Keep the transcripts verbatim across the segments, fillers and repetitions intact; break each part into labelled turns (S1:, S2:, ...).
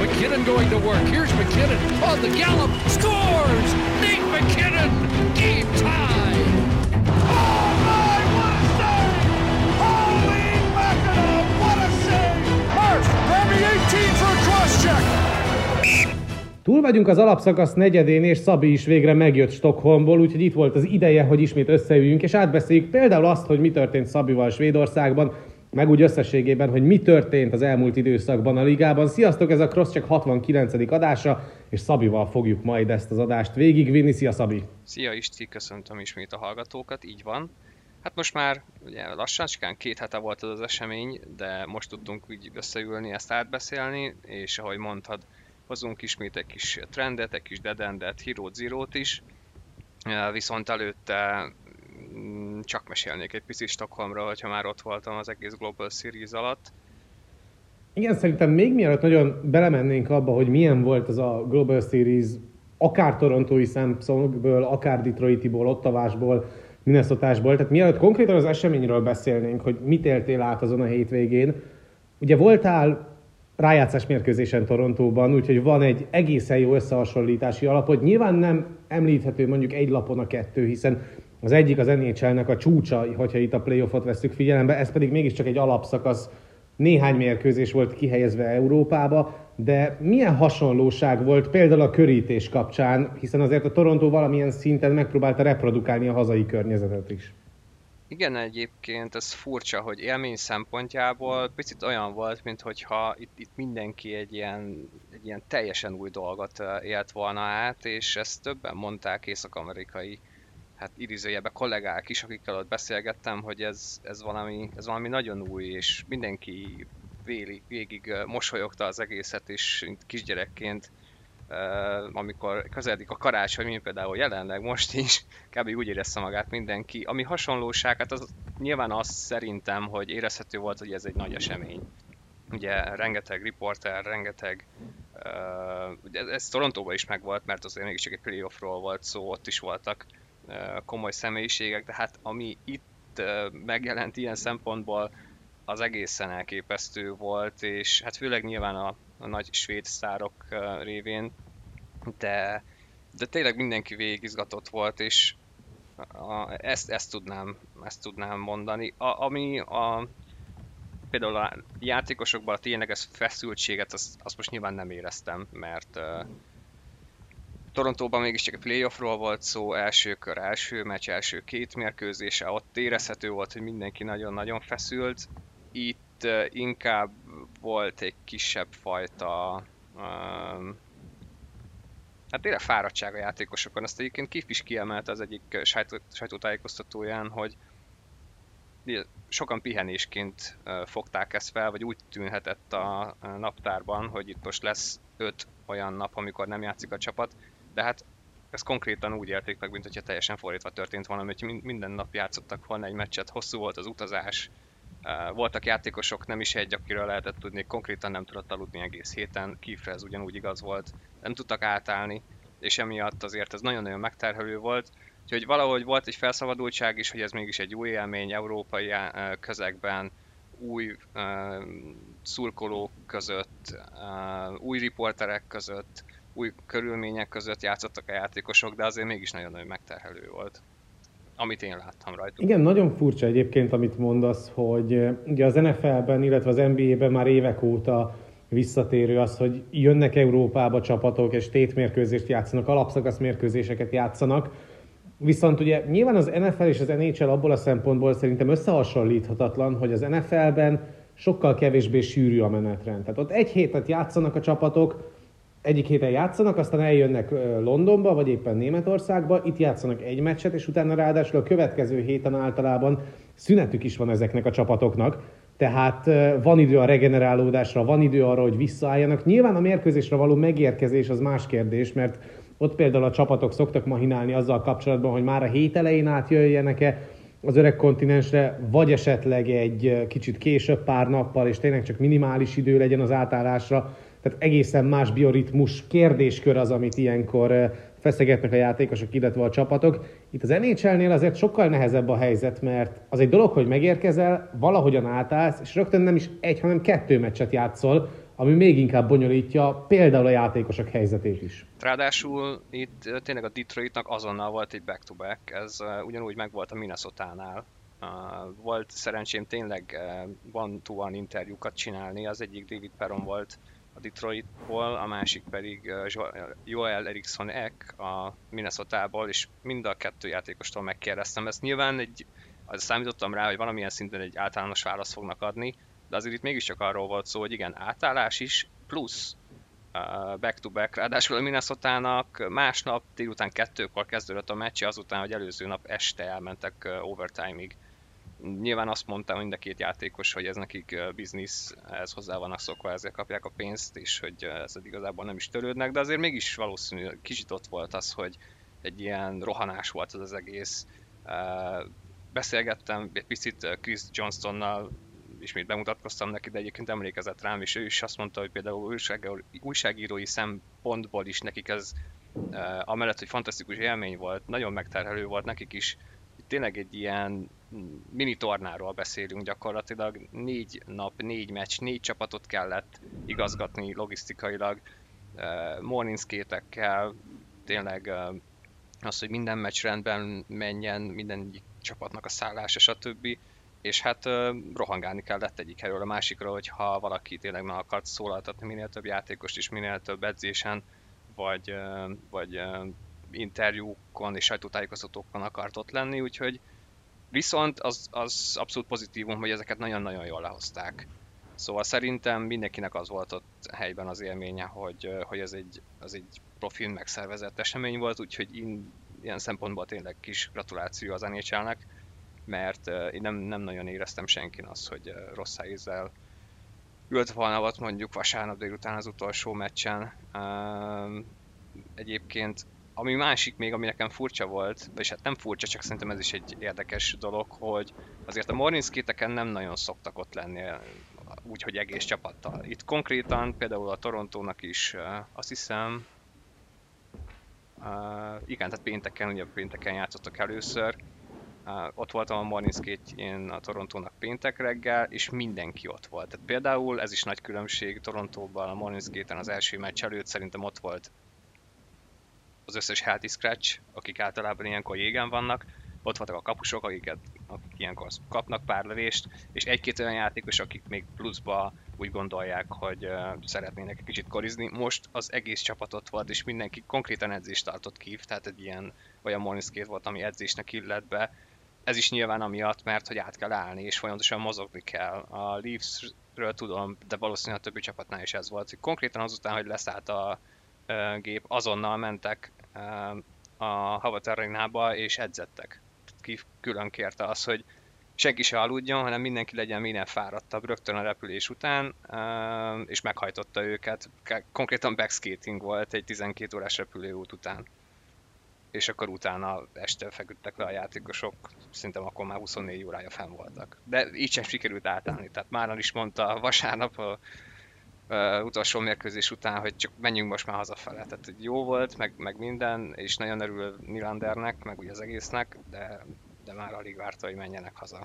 S1: McKinnon going to work. Here's McKinnon on the gallop. Scores! Nate McKinnon! Game tie!
S2: Oh my, what a save! Holy mackerel, what a save! Murph, grab me eighteen for a cross-check!
S3: Túl vagyunk az alapszakasz negyedén, és Szabi is végre megjött Stockholmból, úgyhogy itt volt az ideje, hogy ismét összeüljünk, és átbeszéljük például azt, hogy mi történt Szabival Svédországban, meg úgy összességében, hogy mi történt az elmúlt időszakban a ligában. Sziasztok, ez a Crosscheck hatvankilencedik adása, és Szabival fogjuk majd ezt az adást végigvinni. Szia, Szabi!
S4: Szia Isti, köszöntöm ismét a hallgatókat, így van. Hát most már ugye lassan, csak két hete volt ez az esemény, de most tudtunk úgy összeülni, ezt átbeszélni, és ahogy mondtad, hozunk ismét egy kis trendet, egy kis dead-endet, hero zero-t is, viszont előtte csak mesélnék egy picit Stockholmról, hogyha már ott voltam az egész Global Series alatt.
S3: Igen, szerintem még mielőtt nagyon belemennénk abba, hogy milyen volt ez a Global Series, akár torontói szemszögből, akár detroitiból, ottavásból, minnesotásból, tehát mielőtt konkrétan az eseményről beszélnénk, hogy mit éltél át azon a hétvégén. Ugye voltál rájátszás mérkőzésen Torontóban, úgyhogy van egy egészen jó összehasonlítási alapot. Nyilván nem említhető mondjuk egy lapon a kettő, hiszen az egyik az en há el-nek a csúcsa, hogyha itt a playoffot vesszük figyelembe, ez pedig mégiscsak egy alapszakasz, néhány mérkőzés volt kihelyezve Európába, de milyen hasonlóság volt például a körítés kapcsán, hiszen azért a Torontó valamilyen szinten megpróbálta reprodukálni a hazai környezetet is.
S4: Igen, egyébként ez furcsa, hogy élmény szempontjából picit olyan volt, mintha itt, itt mindenki egy ilyen, egy ilyen teljesen új dolgot élt volna át, és ezt többen mondták észak-amerikai, hát idézőjelben kollégák is, akikkel ott beszélgettem, hogy ez, ez, valami, ez valami nagyon új, és mindenki vélig, végig mosolyogta az egészet, és kisgyerekként, amikor közeledik a karácsony, mint például jelenleg most is, kb. Úgy érezte magát mindenki. Ami hasonlóság, hát az nyilván az szerintem, hogy érezhető volt, hogy ez egy nagy esemény. Ugye rengeteg riporter, rengeteg, uh, ez, ez Torontóban is megvolt, mert azért mégiscsak egy playoffról volt szó, ott is voltak uh, komoly személyiségek, de hát ami itt uh, megjelent ilyen szempontból, az egészen elképesztő volt, és hát főleg nyilván a, a nagy svéd sztárok uh, révén, de, de tényleg mindenki végig izgatott volt, és a, ezt, ezt, tudnám, ezt tudnám mondani. A, ami a, például a játékosokban a tényleges feszültséget, azt, azt most nyilván nem éreztem, mert uh, Torontóban mégiscsak a playoffról volt szó, első kör, első meccs, első két mérkőzése, ott érezhető volt, hogy mindenki nagyon-nagyon feszült. Itt uh, inkább volt egy kisebb fajta, um, hát tényleg fáradtság a játékosokon. Azt egyébként Kif is kiemelte az egyik sajtó, sajtótájékoztatóján, hogy sokan pihenésként uh, fogták ezt fel, vagy úgy tűnhetett a uh, naptárban, hogy itt most lesz öt olyan nap, amikor nem játszik a csapat, de hát ezt konkrétan úgy élték meg, mint hogyha teljesen fordítva történt volna, hogy minden nap játszottak volna egy meccset, hosszú volt az utazás, uh, voltak játékosok, nem is egy, akiről lehetett tudni, konkrétan nem tudott aludni egész héten, Kifre ez ugyanúgy igaz volt, nem tudtak átállni, és emiatt azért ez nagyon-nagyon megterhelő volt, úgyhogy valahogy volt egy felszabadultság is, hogy ez mégis egy új élmény európai uh, közegben, új uh, szurkolók között, uh, új riporterek között, új körülmények között játszottak a játékosok, de azért mégis nagyon-nagyon megterhelő volt, amit én láttam rajtuk.
S3: Igen, nagyon furcsa egyébként, amit mondasz, hogy ugye az en ef el-ben, illetve az en bé á-ben már évek óta visszatérő az, hogy jönnek Európába csapatok, és tétmérkőzést játszanak, alapszakasz mérkőzéseket játszanak. Viszont ugye nyilván az en ef el és az en há el abból a szempontból szerintem összehasonlíthatatlan, hogy az en ef el-ben sokkal kevésbé sűrű a menetrend. Tehát ott egy hétet játszanak a csapatok, egyik héten játszanak, aztán eljönnek Londonba, vagy éppen Németországba, itt játszanak egy meccset, és utána ráadásul a következő héten általában szünetük is van ezeknek a csapatoknak. Tehát van idő a regenerálódásra, van idő arra, hogy visszaálljanak. Nyilván a mérkőzésre való megérkezés az más kérdés, mert ott például a csapatok szoktak mahinálni azzal kapcsolatban, hogy már a hét elején átjöjjenek-e az öreg kontinensre, vagy esetleg egy kicsit később pár nappal, és tényleg csak minimális idő legyen az átállásra. Tehát egészen más bioritmus kérdéskör az, amit ilyenkor feszegetnek a játékosok, illetve a csapatok. Itt az en há el-nél azért sokkal nehezebb a helyzet, mert az egy dolog, hogy megérkezel, valahogyan átállsz, és rögtön nem is egy, hanem kettő meccset játszol, ami még inkább bonyolítja például a játékosok helyzetét is.
S4: Ráadásul itt tényleg a Detroitnak azonnal volt egy back-to-back, ez ugyanúgy megvolt a Minnesotánál. Volt szerencsém tényleg one-to-one interjúkat csinálni, az egyik David Perron volt a Detroitból, a másik pedig Joel Eriksson Ek a Minnesotából, és mind a kettő játékostól megkérdeztem. Ezt nyilván egy, az számítottam rá, hogy valamilyen szinten egy általános választ fognak adni, de azért itt mégiscsak arról volt szó, hogy igen, átállás is, plusz uh, back-to-back, ráadásul a Minnesotának másnap délután kettőkor kezdődött a meccse, azután, hogy előző nap este elmentek uh, overtime-ig. Nyilván azt mondtam mind a két játékos, hogy ez nekik uh, biznisz, ez hozzá vannak szokva, ezért kapják a pénzt, és hogy uh, ez igazából nem is törődnek, de azért mégis valószínű, kicsit ott volt az, hogy egy ilyen rohanás volt az az egész. Uh, beszélgettem egy picit Chris Johnstonnal, ismét bemutatkoztam neki, de egyébként emlékezett rám, és ő is azt mondta, hogy például újság, újságírói szempontból is nekik ez, uh, amellett, hogy fantasztikus élmény volt, nagyon megterhelő volt nekik is. Tényleg egy ilyen mini tornáról beszélünk gyakorlatilag, négy nap, négy meccs, négy csapatot kellett igazgatni logisztikailag, uh, morning skate-ekkel, tényleg uh, az, hogy minden meccs rendben menjen, minden csapatnak a szállása, stb. És hát uh, rohangálni kellett egyik helyről a másikra, hogyha valaki tényleg meg akart szólaltatni minél több játékost és minél több edzésen, vagy, uh, vagy uh, interjúkon és sajtótájékoztatókon akart ott lenni, úgyhogy viszont az, az abszolút pozitívum, hogy ezeket nagyon-nagyon jól lehozták. Szóval szerintem mindenkinek az volt ott helyben az élménye, hogy, uh, hogy ez egy, az egy profin megszervezett esemény volt, úgyhogy én, ilyen szempontból tényleg kis gratuláció az en há el-nek, mert uh, én nem, nem nagyon éreztem senkin azt, hogy uh, rossz ízzel ült volna ott mondjuk vasárnap délután az utolsó meccsen. Uh, egyébként, ami másik még, ami nekem furcsa volt, vagyis hát nem furcsa, csak szerintem ez is egy érdekes dolog, hogy azért a morning skate-eken nem nagyon szoktak ott lenni úgy, hogy egész csapattal. Itt konkrétan például a Torontónak is uh, azt hiszem, uh, igen, tehát pénteken, ugye pénteken játszottak először. Uh, ott voltam a morning skate-jén a Torontónak péntek reggel, és mindenki ott volt. Tehát például ez is nagy különbség Torontóban a morning skate-en az első meccs előtt, szerintem ott volt az összes healthy scratch, akik általában ilyenkor jégen vannak, ott voltak a kapusok, akiket, akik ilyenkor kapnak pár lövést, és egy-két olyan játékos, akik még pluszba úgy gondolják, hogy uh, szeretnének egy kicsit korizni. Most az egész csapat ott volt, és mindenki konkrétan edzést tartott ki, tehát egy ilyen olyan morning skate volt, ami edzésnek illet be. Ez is nyilván amiatt, mert hogy át kell állni, és folyamatosan mozogni kell. A Leafsről tudom, de valószínűleg a többi csapatnál is ez volt, hogy konkrétan azután, hogy leszállt a uh, gép, azonnal mentek uh, a Howard Arénába, és edzettek. Ki külön kérte az, hogy senki se aludjon, hanem mindenki legyen minél fáradtabb rögtön a repülés után, uh, és meghajtotta őket. Konkrétan backskating volt egy tizenkét órás repülőút után. És akkor utána este feküdtek le a játékosok, szerintem akkor már huszonnégy órája fenn voltak. De így sem sikerült átállni, tehát Máran is mondta vasárnap a, a utolsó mérkőzés után, hogy csak menjünk most már hazafele. Tehát jó volt, meg, meg minden, és nagyon örül Nylandernek, meg ugye az egésznek, de, de már alig várta, hogy menjenek haza.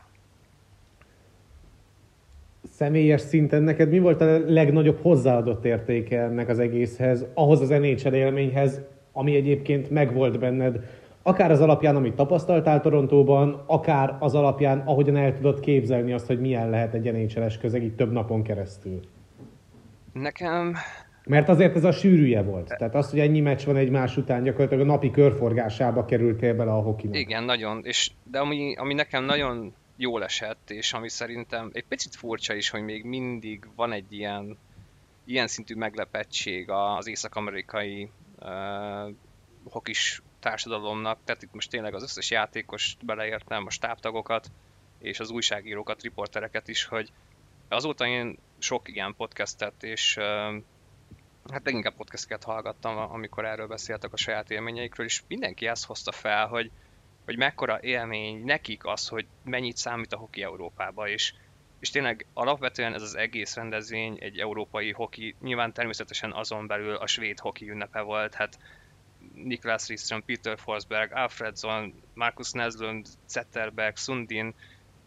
S3: Személyes szinten neked mi volt a legnagyobb hozzáadott értéke ennek az egészhez, ahhoz az en há el élményhez, ami egyébként megvolt benned, akár az alapján, amit tapasztaltál Torontóban, akár az alapján, ahogyan el tudod képzelni azt, hogy milyen lehet egy en há el-es közeg így több napon keresztül?
S4: Nekem...
S3: Mert azért ez a sűrűje volt. Tehát az, hogy ennyi meccs van egymás után, gyakorlatilag a napi körforgásába kerültél bele a hokinak.
S4: Igen, nagyon. És, de ami, ami nekem nagyon jól esett, és ami szerintem egy picit furcsa is, hogy még mindig van egy ilyen, ilyen szintű meglepettség az észak-amerikai uh, hokis társadalomnak, tehát itt most tényleg az összes játékost beleértem, a stábtagokat, és az újságírókat, riportereket is, hogy azóta én sok ilyen podcastet, és uh, hát leginkább podcasteket hallgattam, amikor erről beszéltek a saját élményeikről, és mindenki ezt hozta fel, hogy, hogy mekkora élmény nekik az, hogy mennyit számít a hoki Európába, és, és tényleg alapvetően ez az egész rendezvény egy európai hoki, nyilván természetesen azon belül a svéd hoki ünnepe volt, hát Niklas Lidström, Peter Forsberg, Alfredsson, Marcus Näslund, Zetterberg, Sundin,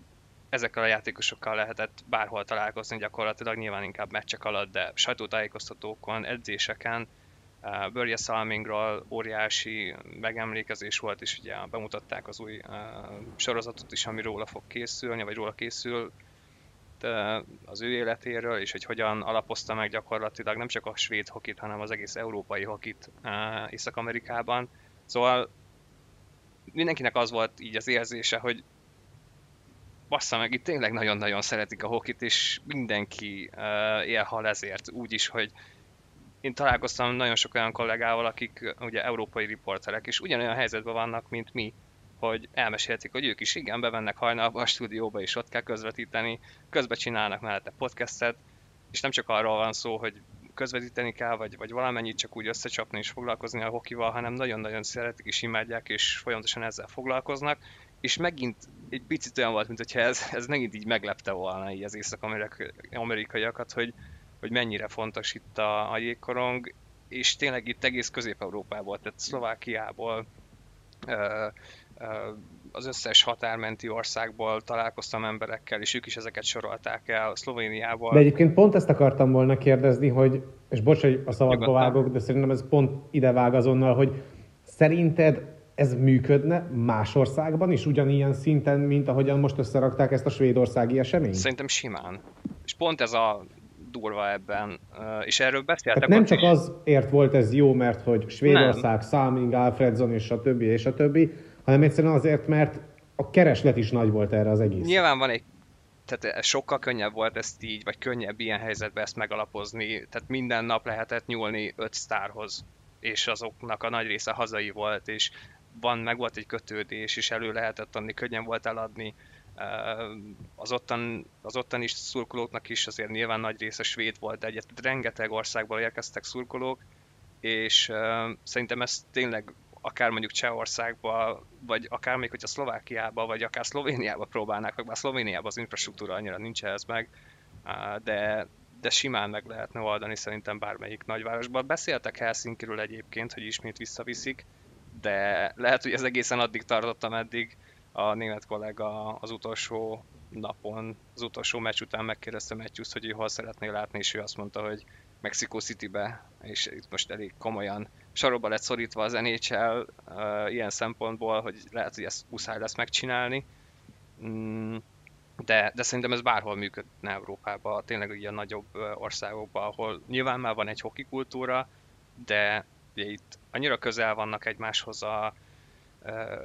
S4: ezekkel a játékosokkal lehetett bárhol találkozni gyakorlatilag, nyilván inkább meccsek alatt, de sajtótájékoztatókon, edzéseken. Uh, Börje Salmingról óriási megemlékezés volt, és ugye bemutatták az új uh, sorozatot is, ami róla fog készülni, vagy róla készül uh, az ő életéről, és hogy hogyan alapozta meg gyakorlatilag nem csak a svéd hokit, hanem az egész európai hokit uh, Észak-Amerikában. Szóval mindenkinek az volt így az érzése, hogy bassza meg, itt tényleg nagyon-nagyon szeretik a hokit, és mindenki uh, él-hal ezért, úgy is, hogy én találkoztam nagyon sok olyan kollégával, akik ugye európai riporterek, és ugyanolyan helyzetben vannak, mint mi, hogy elmesélték, hogy ők is igen, bevennek hajnalba a stúdióba, és ott kell közvetíteni, közben csinálnak mellette podcastet, és nem csak arról van szó, hogy közvetíteni kell, vagy, vagy valamennyit csak úgy összecsapni és foglalkozni a hokival, hanem nagyon-nagyon szeretik és imádják, és folyamatosan ezzel foglalkoznak, és megint egy picit olyan volt, mint hogyha ez, ez megint így meglepte volna így az észak-amerikaiakat, hogy hogy mennyire fontos itt a, a jégkorong, és tényleg itt egész Közép-Európából, tehát Szlovákiából, ö, ö, az összes határmenti országból találkoztam emberekkel, és ők is ezeket sorolták el, Szlovéniából.
S3: De egyébként pont ezt akartam volna kérdezni, hogy, és bocs, hogy a szavakba vágok, de szerintem ez pont ide vág azonnal, hogy szerinted ez működne más országban is ugyanilyen szinten, mint ahogyan most összerakták ezt a svédországi eseményt?
S4: Szerintem simán. És pont ez a durva ebben, és erről beszéltek.
S3: Tehát nem csak azért volt ez jó, mert hogy Svédország, Salming, Alfredsson és a többi és a többi, hanem egyszerűen azért, mert a kereslet is nagy volt erre az egész.
S4: Nyilván van egy, tehát sokkal könnyebb volt ezt így, vagy könnyebb ilyen helyzetben ezt megalapozni, tehát minden nap lehetett nyúlni öt sztárhoz, és azoknak a nagy része hazai volt, és van, meg volt egy kötődés, és elő lehetett adni, könnyen volt eladni. Az ottan, az ottan is szurkolóknak is azért nyilván nagy része svéd volt, de egyet rengeteg országból érkeztek szurkolók, és uh, szerintem ez tényleg akár mondjuk Csehországba, vagy akár még hogyha Szlovákiába, vagy akár Szlovéniába próbálnák, meg bár Szlovéniában az infrastruktúra annyira nincs ez meg, uh, de, de simán meg lehetne oldani szerintem bármelyik nagyvárosban. Beszéltek Helsinkiről egyébként, hogy ismét visszaviszik, de lehet, hogy ez egészen addig tartott, ameddig a német kollega az utolsó napon, az utolsó meccs után megkérdezte Matthews, hogy ő hol szeretné látni, és ő azt mondta, hogy Mexico Citybe, és itt most elég komolyan sarokba lett szorítva az en há el uh, ilyen szempontból, hogy lehet, hogy ezt muszáj lesz megcsinálni, mm, de, de szerintem ez bárhol működne Európában, tényleg ilyen nagyobb országokban, ahol nyilván már van egy hoki kultúra, de ugye itt annyira közel vannak egymáshoz a uh,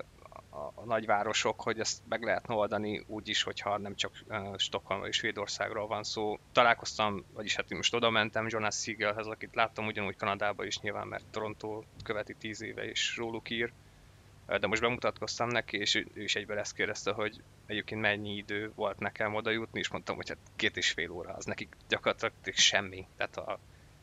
S4: a nagyvárosok, hogy ezt meg lehetne oldani úgy is, hogyha nem csak uh, Stockholm vagy Svédországról van szó. Találkoztam, vagyis hát most oda mentem Jonas Siegelhez, akit láttam ugyanúgy Kanadában is nyilván, mert Toronto követi tíz éve és róluk ír. Uh, de most bemutatkoztam neki, és ő, ő is egyben ezt kérdezte, hogy egyébként mennyi idő volt nekem oda jutni, és mondtam, hogy hát két és fél óra, az nekik gyakorlatilag semmi. Tehát a,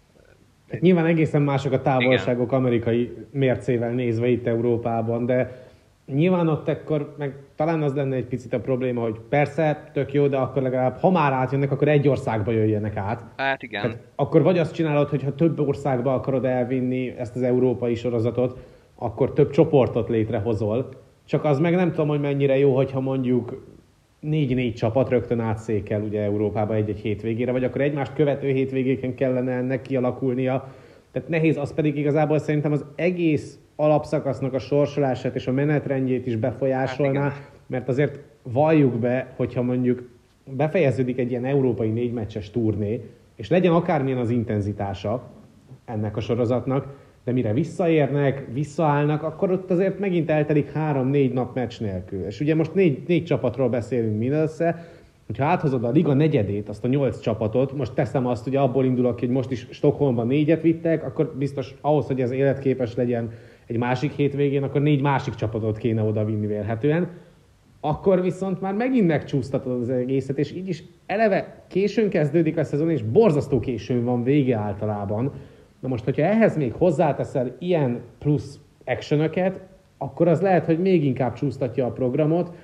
S3: hát nyilván egészen mások a távolságok igen. Amerikai mércével nézve itt Európában, de nyilván ott ekkor meg talán az lenne egy picit a probléma, hogy persze, tök jó, de akkor legalább, ha már átjönnek, akkor egy országba jöjjenek át.
S4: Hát igen.
S3: Tehát akkor vagy azt csinálod, hogy ha több országba akarod elvinni ezt az európai sorozatot, akkor több csoportot létrehozol. Csak az meg nem tudom, hogy mennyire jó, hogyha mondjuk négy-négy csapat rögtön átszékel ugye Európába egy-egy hétvégére, vagy akkor egymást követő hétvégéken kellene ennek kialakulnia. Tehát nehéz, az pedig igazából szerintem az egész alapszakasznak a sorsolását és a menetrendjét is befolyásolná, hát mert azért valljuk be, hogyha mondjuk befejeződik egy ilyen európai négymeccses turné, és legyen akármilyen az intenzitása ennek a sorozatnak, de mire visszaérnek, visszaállnak, akkor ott azért megint eltelik három-négy nap meccs nélkül. És ugye most négy, négy csapatról beszélünk mindössze, hogyha áthozod a liga negyedét, azt a nyolc csapatot, most teszem azt, hogy abból indulok ki, hogy most is Stockholmban négyet vittek, akkor biztos ahhoz, hogy ez életképes legyen egy másik hétvégén, akkor négy másik csapatot kéne oda vinni vélhetően. Akkor viszont már megint megcsúsztatod az egészet, és így is eleve későn kezdődik a szezon, és borzasztó későn van vége általában. Na most, hogyha ehhez még hozzáteszel ilyen plusz actionöket, akkor az lehet, hogy még inkább csúsztatja a programot,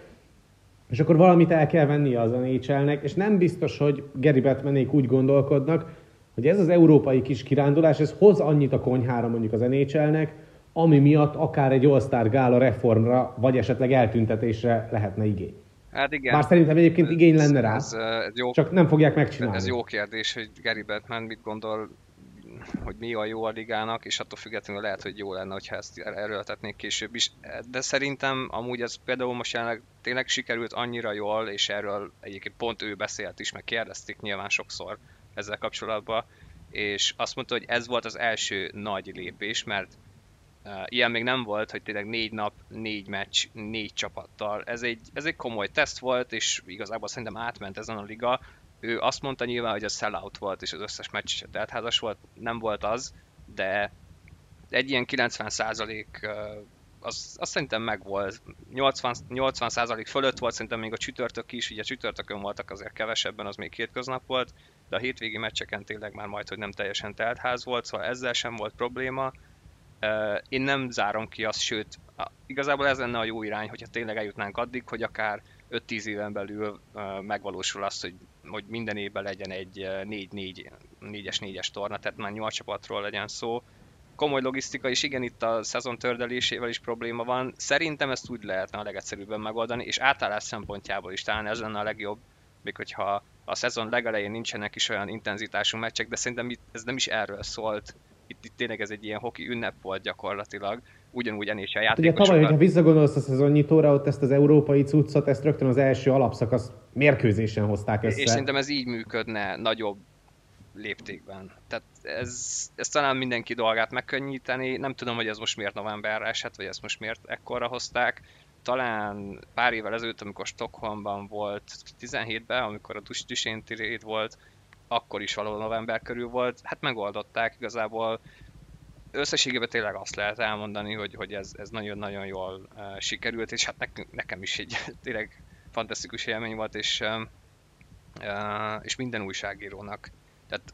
S3: és akkor valamit el kell vennie az en há elnek, és nem biztos, hogy Gary Bettmanék úgy gondolkodnak, hogy ez az európai kis kirándulás, ez hoz annyit a konyhára mondjuk az en há elnek, ami miatt akár egy All-Star gála reformra, vagy esetleg eltüntetésre lehetne igény.
S4: Hát igen.
S3: Bár szerintem egyébként igény lenne rá,
S4: ez, ez jó,
S3: csak nem fogják megcsinálni.
S4: Ez jó kérdés, hogy Gary Bettman mit gondol, hogy mi a jó a ligának, és attól függetlenül lehet, hogy jó lenne, hogyha ezt erőltetnék később is. De szerintem amúgy ez például most jelenleg tényleg sikerült annyira jól, és erről egyébként pont ő beszélt is, meg kérdezték nyilván sokszor ezzel kapcsolatban, és azt mondta, hogy ez volt az első nagy lépés, mert uh, ilyen még nem volt, hogy tényleg négy nap, négy meccs, négy csapattal. Ez egy, ez egy komoly teszt volt, és igazából szerintem átment ezen a liga. Ő azt mondta nyilván, hogy a sellout volt, és az összes meccs teltházas volt, nem volt az, de egy ilyen kilencven százalék az, az szerintem megvolt. nyolcvan százalék fölött volt szerintem még a csütörtök is, ugye csütörtökön voltak azért kevesebben, az még hétköznap volt, de a hétvégi meccseken tényleg már majd, hogy nem teljesen teltház volt, szóval ezzel sem volt probléma. Én nem zárom ki azt, sőt, igazából ez lenne a jó irány, hogyha tényleg eljutnánk addig, hogy akár öt-tíz éven belül megvalósul az, hogy, hogy minden évben legyen egy négy-négyes négyes torna, tehát már nyolc csapatról legyen szó. Komoly logisztika, és igen, itt a szezon tördelésével is probléma van. Szerintem ezt úgy lehetne a legegyszerűbben megoldani, és átállás szempontjából is talán ez lenne a legjobb, még hogyha a szezon legelején nincsenek is olyan intenzitású meccsek, de szerintem ez nem is erről szólt. Itt, itt tényleg ez egy ilyen hoki ünnep volt gyakorlatilag, ugyanúgy en há el játékosokat.
S3: Ugye tavaly, hogyha visszagondolsz a szezonnyitóra, ott ezt az európai cuccot, ezt rögtön az első alapszakasz mérkőzésen hozták össze.
S4: És szerintem ez így működne nagyobb léptékben. Tehát ez, ez talán mindenki dolgát megkönnyíteni. Nem tudom, hogy ez most miért novemberre esett, vagy ezt most miért ekkorra hozták. Talán pár évvel ezelőtt, amikor Stockholmban volt, tizenhétben, amikor a Duchene Trade volt, akkor is valahol november körül volt. Hát megoldották igazából. Összességében tényleg azt lehet elmondani, hogy, hogy ez, ez nagyon-nagyon jól uh, sikerült, és hát nek, nekem is egy tényleg fantasztikus élmény volt, és, uh, és minden újságírónak. Tehát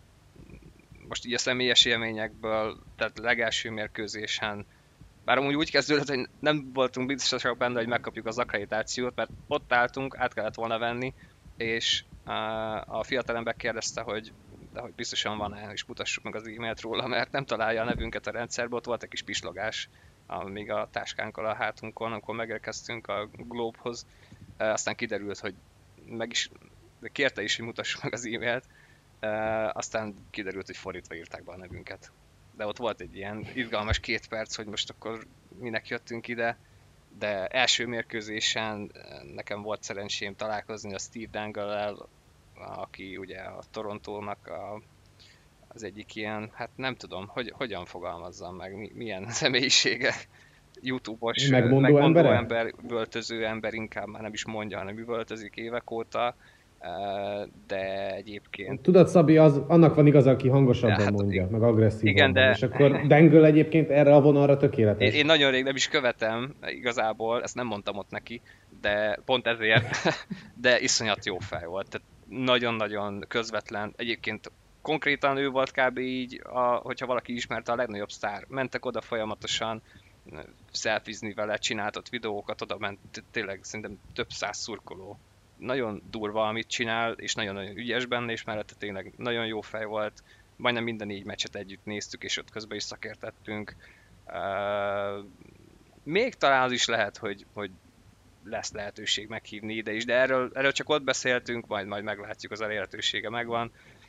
S4: most így a személyes élményekből, tehát legelső mérkőzésen, bár amúgy úgy kezdődött, hogy nem voltunk biztosak benne, hogy megkapjuk az akkreditációt, mert ott álltunk, át kellett volna venni, és uh, a fiatalember kérdezte, hogy de hogy biztosan van-e, és mutassuk meg az e-mailt róla, mert nem találja a nevünket a rendszerbe, ott volt egy kis pislogás, még a táskánkkal a hátunkon, amikor megérkeztünk a Globe-hoz. Aztán kiderült, hogy meg is, de kérte is, hogy mutassuk meg az e-mailt, aztán kiderült, hogy fordítva írták be a nevünket. De ott volt egy ilyen izgalmas két perc, hogy most akkor minek jöttünk ide, de első mérkőzésen nekem volt szerencsém találkozni a Steve Dangle-el, aki ugye a Torontónak a, az egyik ilyen, hát nem tudom, hogy hogyan fogalmazzam meg, milyen személyisége, YouTube-os,
S3: megmondó,
S4: megmondó ember, üvöltöző ember, inkább már nem is mondja, hanem üvöltözik évek óta, de egyébként...
S3: Tudod, Szabi, az, annak van igaz, aki hangosabban
S4: ja, hát,
S3: mondja, meg agresszívabban,
S4: igen, de...
S3: és akkor Dangle egyébként erre a vonalra tökéletes.
S4: Én, én nagyon rég nem is követem igazából, ezt nem mondtam ott neki, de pont ezért, de iszonyat jó fej volt, tehát nagyon-nagyon közvetlen, egyébként konkrétan ő volt kb. Így, a, hogyha valaki ismerte, a legnagyobb sztár. Mentek oda folyamatosan, szelfizni vele, csináltott videókat, oda ment tényleg szerintem több száz szurkoló. Nagyon durva, amit csinál, és nagyon-nagyon ügyes benne, és mellette tényleg nagyon jó fej volt. Majdnem minden négy meccset együtt néztük, és ott közben is szakértettünk. Uh, még talán az is lehet, hogy, hogy lesz lehetőség meghívni ide is, de erről, erről csak ott beszéltünk, majd, majd meglátjuk, az elérhetősége megvan.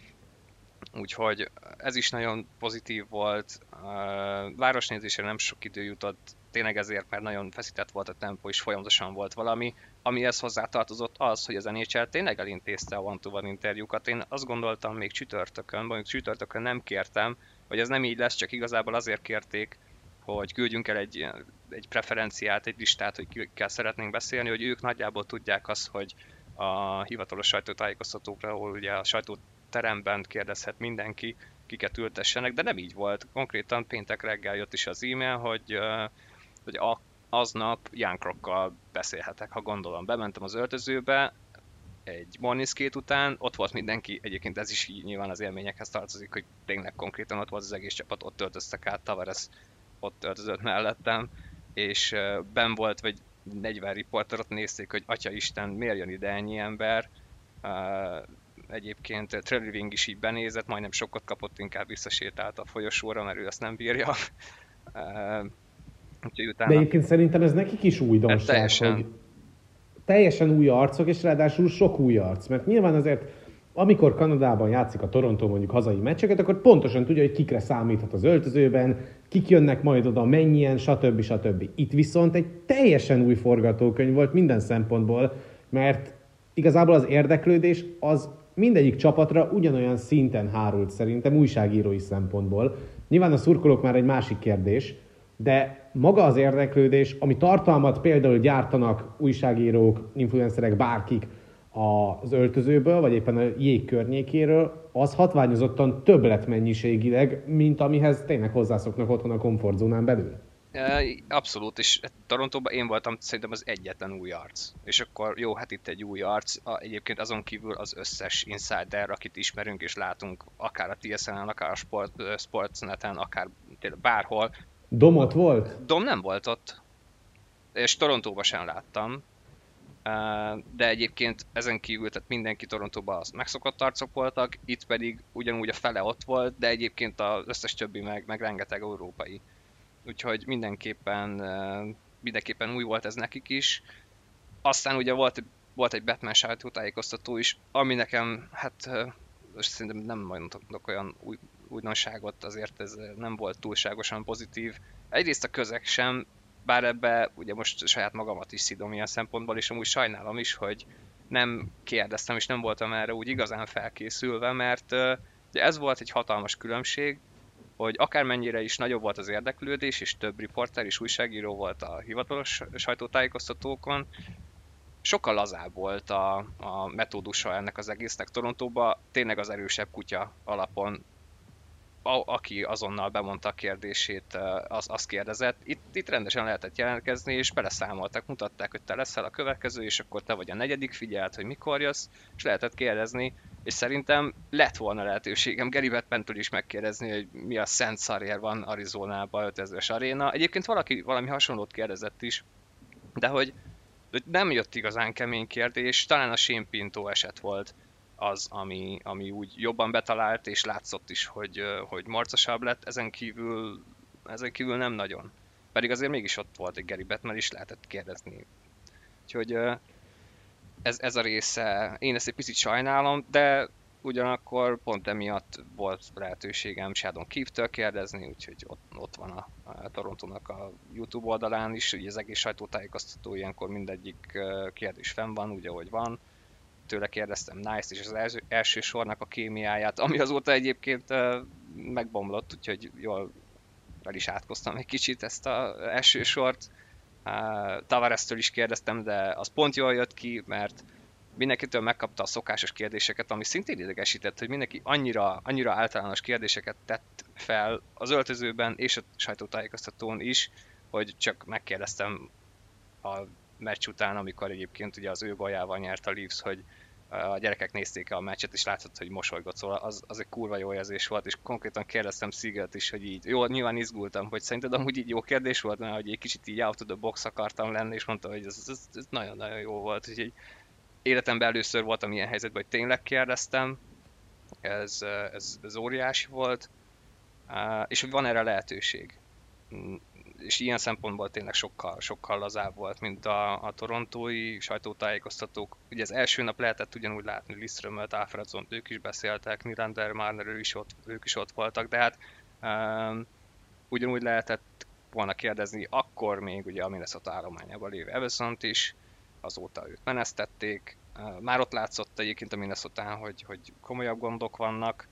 S4: Úgyhogy ez is nagyon pozitív volt. Városnézésre nem sok idő jutott, tényleg ezért, mert nagyon feszített volt a tempó, és folyamatosan volt valami. Amihez hozzátartozott az, hogy az en há el tényleg elintézte a one-to-one interjúkat. Én azt gondoltam még csütörtökön, mondjuk csütörtökön nem kértem, hogy ez nem így lesz, csak igazából azért kérték, hogy küldjünk el egy, egy preferenciát, egy listát, hogy kikkel szeretnénk beszélni, hogy ők nagyjából tudják azt, hogy a hivatalos sajtótájékoztatókra, ahol ugye a sajtóteremben kérdezhet mindenki, kiket ültessenek, de nem így volt. Konkrétan péntek reggel jött is az e-mail, hogy, hogy aznap Jan Krokkal beszélhetek, ha gondolom. Bementem az öltözőbe egy morning skate után, ott volt mindenki, egyébként ez is nyilván az élményekhez tartozik, hogy tényleg konkrétan ott volt az egész csapat, ott öltöztek át, Tavares ott öltözött mellettem, és benn volt, vagy negyven riporterot nézték, hogy atyaisten, miért jön ide ennyi ember. Egyébként Trevor Wing is így benézett, majdnem sokkot kapott, inkább visszasétált a folyosóra, mert ő ezt nem bírja.
S3: Utána... De egyébként szerintem ez nekik is újdomság, hogy teljesen új arcok, és ráadásul sok új arc. Mert nyilván azért, amikor Kanadában játszik a Toronto mondjuk hazai meccseket, akkor pontosan tudja, hogy kikre számíthat az öltözőben, kik jönnek majd oda, mennyien, stb. stb. Itt viszont egy teljesen új forgatókönyv volt minden szempontból, mert igazából az érdeklődés az mindegyik csapatra ugyanolyan szinten hárult szerintem újságírói szempontból. Nyilván a szurkolók már egy másik kérdés, de maga az érdeklődés, ami tartalmat például gyártanak újságírók, influencerek, bárkik az öltözőből, vagy éppen a jég környékéről, az hatványozottan többlet mennyiségileg, mint amihez tényleg hozzászoknak otthon a komfortzónán belül.
S4: Abszolút, és Torontóban én voltam szerintem az egyetlen új arc. És akkor jó, hát itt egy új arc, egyébként azon kívül az összes insider, akit ismerünk és látunk, akár a té es en-en, akár a Sport, Sportsneten, akár bárhol.
S3: Dom ott volt?
S4: Dom nem volt ott, és Torontóban sem láttam. De egyébként ezen kívül, tehát mindenki Torontóban az megszokott arcok voltak, itt pedig ugyanúgy a fele ott volt, de egyébként az összes többi meg, meg rengeteg európai. Úgyhogy mindenképpen, mindenképpen új volt ez nekik is. Aztán ugye volt, volt egy Batman sajtótájékoztató is, ami nekem, hát most szerintem nem mondok olyan új, újdonságot, azért ez nem volt túlságosan pozitív. Egyrészt a közeg sem, bár ebbe ugye most saját magamat is szidom ilyen szempontból, és amúgy sajnálom is, hogy nem kérdeztem, és nem voltam erre úgy igazán felkészülve, mert ugye ez volt egy hatalmas különbség, hogy akármennyire is nagyobb volt az érdeklődés, és több riporter és újságíró volt a hivatalos sajtótájékoztatókon, sokkal lazább volt a, a metódusa ennek az egésznek Torontóba, tényleg az erősebb kutya alapon, a, aki azonnal bemondta a kérdését, az, azt kérdezett. Itt, itt rendesen lehetett jelentkezni, és beleszámoltak, mutatták, hogy te leszel a következő, és akkor te vagy a negyedik, figyelt, hogy mikor jössz, és lehetett kérdezni, és szerintem lett volna lehetőségem Gary Bettmantől is megkérdezni, hogy mi a szent szarért van Arizonában ötezres aréna. Egyébként valaki valami hasonlót kérdezett is, de hogy, hogy nem jött igazán kemény kérdés, talán a Shane Pinto eset volt az, ami, ami úgy jobban betalált, és látszott is, hogy, hogy marcasabb lett, ezen kívül, ezen kívül nem nagyon. Pedig azért mégis ott volt egy Gary Bettman, is lehetett kérdezni. Úgyhogy ez, ez a része, én ezt egy picit sajnálom, de ugyanakkor pont emiatt volt lehetőségem Sheldon Keefe-től kérdezni, úgyhogy ott, ott van a, a Torontónak a YouTube oldalán is, ugye az egész sajtótájékoztató ilyenkor mindegyik kérdés fenn van, úgy ahogy van. Tőle kérdeztem Nice-t és az első, első sornak a kémiáját, ami azóta egyébként uh, megbomlott, úgyhogy jól el is átkoztam egy kicsit ezt az első sort. Uh, Tavares-től is kérdeztem, de az pont jól jött ki, mert mindenkitől megkapta a szokásos kérdéseket, ami szintén idegesített, hogy mindenki annyira, annyira általános kérdéseket tett fel az öltözőben és a sajtótájékoztatón is, hogy csak megkérdeztem a meccs után, amikor egyébként ugye az ő bajával nyert a Leafs, hogy a gyerekek nézték el a meccset, és látszott, hogy mosolygott, szóval az, az egy kurva jó érzés volt, és konkrétan kérdeztem Sigelt is, hogy így, jó, nyilván izgultam, hogy szerinted amúgy így jó kérdés volt, mert hogy egy kicsit így out of the box akartam lenni, és mondta, hogy ez, ez, ez nagyon-nagyon jó volt, úgyhogy életemben először voltam ilyen helyzetben, hogy tényleg kérdeztem, ez, ez, ez óriási volt, és hogy van erre lehetőség. És ilyen szempontból tényleg sokkal, sokkal lazább volt, mint a, a torontói sajtótájékoztatók. Ugye az első nap lehetett ugyanúgy látni Lidströmöt, Alfredsont, ők is beszéltek, Nylander, Marner, ők is ott, ők is ott voltak, de hát um, ugyanúgy lehetett volna kérdezni akkor még ugye a Minnesota állományában lévő Evesont is, azóta őt menesztették. Uh, már ott látszott egyébként a Minnesotán, hogy, hogy komolyabb gondok vannak.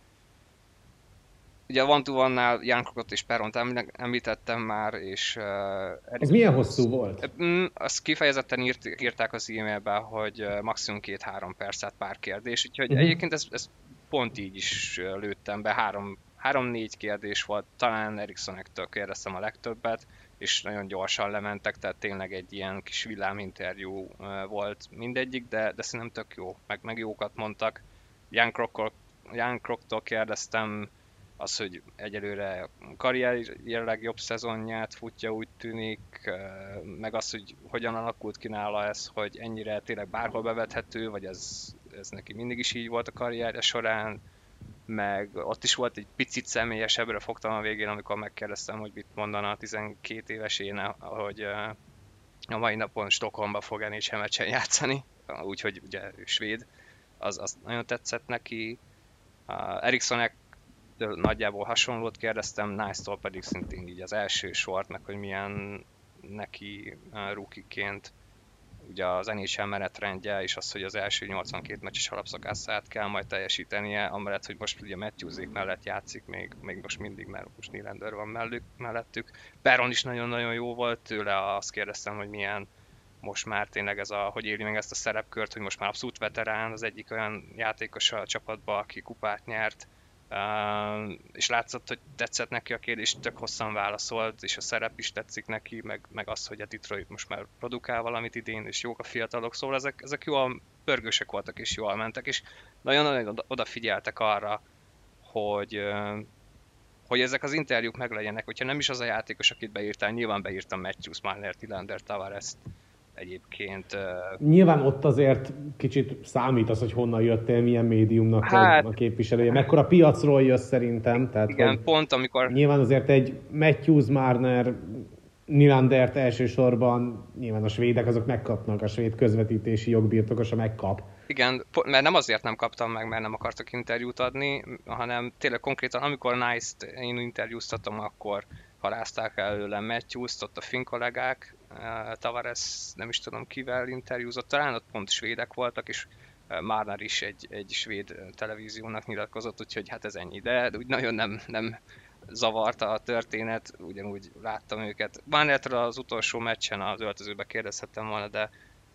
S4: Ugye a one-to-one-nál Jankrokot és Perront említettem már, és... Uh,
S3: Ez milyen hosszú volt?
S4: Uh, azt kifejezetten írt, írták az e-mailben, hogy uh, maximum két-három percet pár kérdés, úgyhogy uh-huh. egyébként ez, ez pont így is lőttem be, három, három-négy kérdés volt, talán Erikssonektől kérdeztem a legtöbbet, és nagyon gyorsan lementek, tehát tényleg egy ilyen kis villáminterjú uh, volt mindegyik, de, de szerintem tök jó, meg, meg jókat mondtak. Jankroktól kérdeztem, az, hogy egyelőre karrierjelenleg jobb szezonját futja, úgy tűnik, meg az, hogy hogyan alakult ki nála ez, hogy ennyire tényleg bárhol bevethető, vagy ez, ez neki mindig is így volt a karrierje során, meg ott is volt egy picit személyesebbre fogtam a végén, amikor megkérdeztem, hogy mit mondana a tizenkét éves én, hogy a mai napon Stockholmba fog en há el meccsen játszani, úgyhogy ugye ő svéd, az, az nagyon tetszett neki. Uh, Erikssonek nagyjából hasonlót kérdeztem, Nice-tól pedig szintén így az első sort, meg hogy milyen neki uh, rookie-ként ugye az en há el menetrendje, és az, hogy az első nyolcvankét meccses alapszakaszát kell majd teljesítenie, amellett, hogy most ugye Matthewsék mellett játszik, még, még most mindig, mert most Nylander van mellük, mellettük. Perron is nagyon-nagyon jó volt, tőle azt kérdeztem, hogy milyen most már tényleg ez a, hogy éli meg ezt a szerepkört, hogy most már abszolút veterán, az egyik olyan játékos a csapatban, aki kupát nyert, Uh, és látszott, hogy tetszett neki a kérdés, tök hosszan válaszolt, és a szerep is tetszik neki, meg, meg az, hogy a Detroit most már produkál valamit idén, és jók a fiatalok, szóval ezek, ezek jól pörgősek voltak, és jól mentek, és nagyon-nagyon odafigyeltek arra, hogy, uh, hogy ezek az interjúk meglegyenek, hogyha nem is az a játékos, akit beírtál, nyilván beírtam Matthews, Marner, Nylander, Tavares-t, egyébként.
S3: Nyilván ott azért kicsit számít az, hogy honnan jöttél, milyen médiumnak
S4: hát,
S3: a képviselője. Mekkora piacról jössz szerintem. Tehát,
S4: igen, pont amikor...
S3: Nyilván azért egy Matthews, Marner, Nylandert elsősorban nyilván a svédek azok megkapnak, a svéd közvetítési jogbirtokosa megkap.
S4: Igen, mert nem azért nem kaptam meg, mert nem akartak interjút adni, hanem tényleg konkrétan, amikor Nice-t én interjúztatom, akkor halázták előle Matthews-t, ott a finn kollégák, Tavares nem is tudom kivel interjúzott, talán ott pont svédek voltak, és Marner is egy, egy svéd televíziónak nyilatkozott, úgyhogy hát ez ennyi, de úgy nagyon nem, nem zavarta a történet, ugyanúgy láttam őket. Marnertől az utolsó meccsen az öltözőbe kérdezhettem volna, de,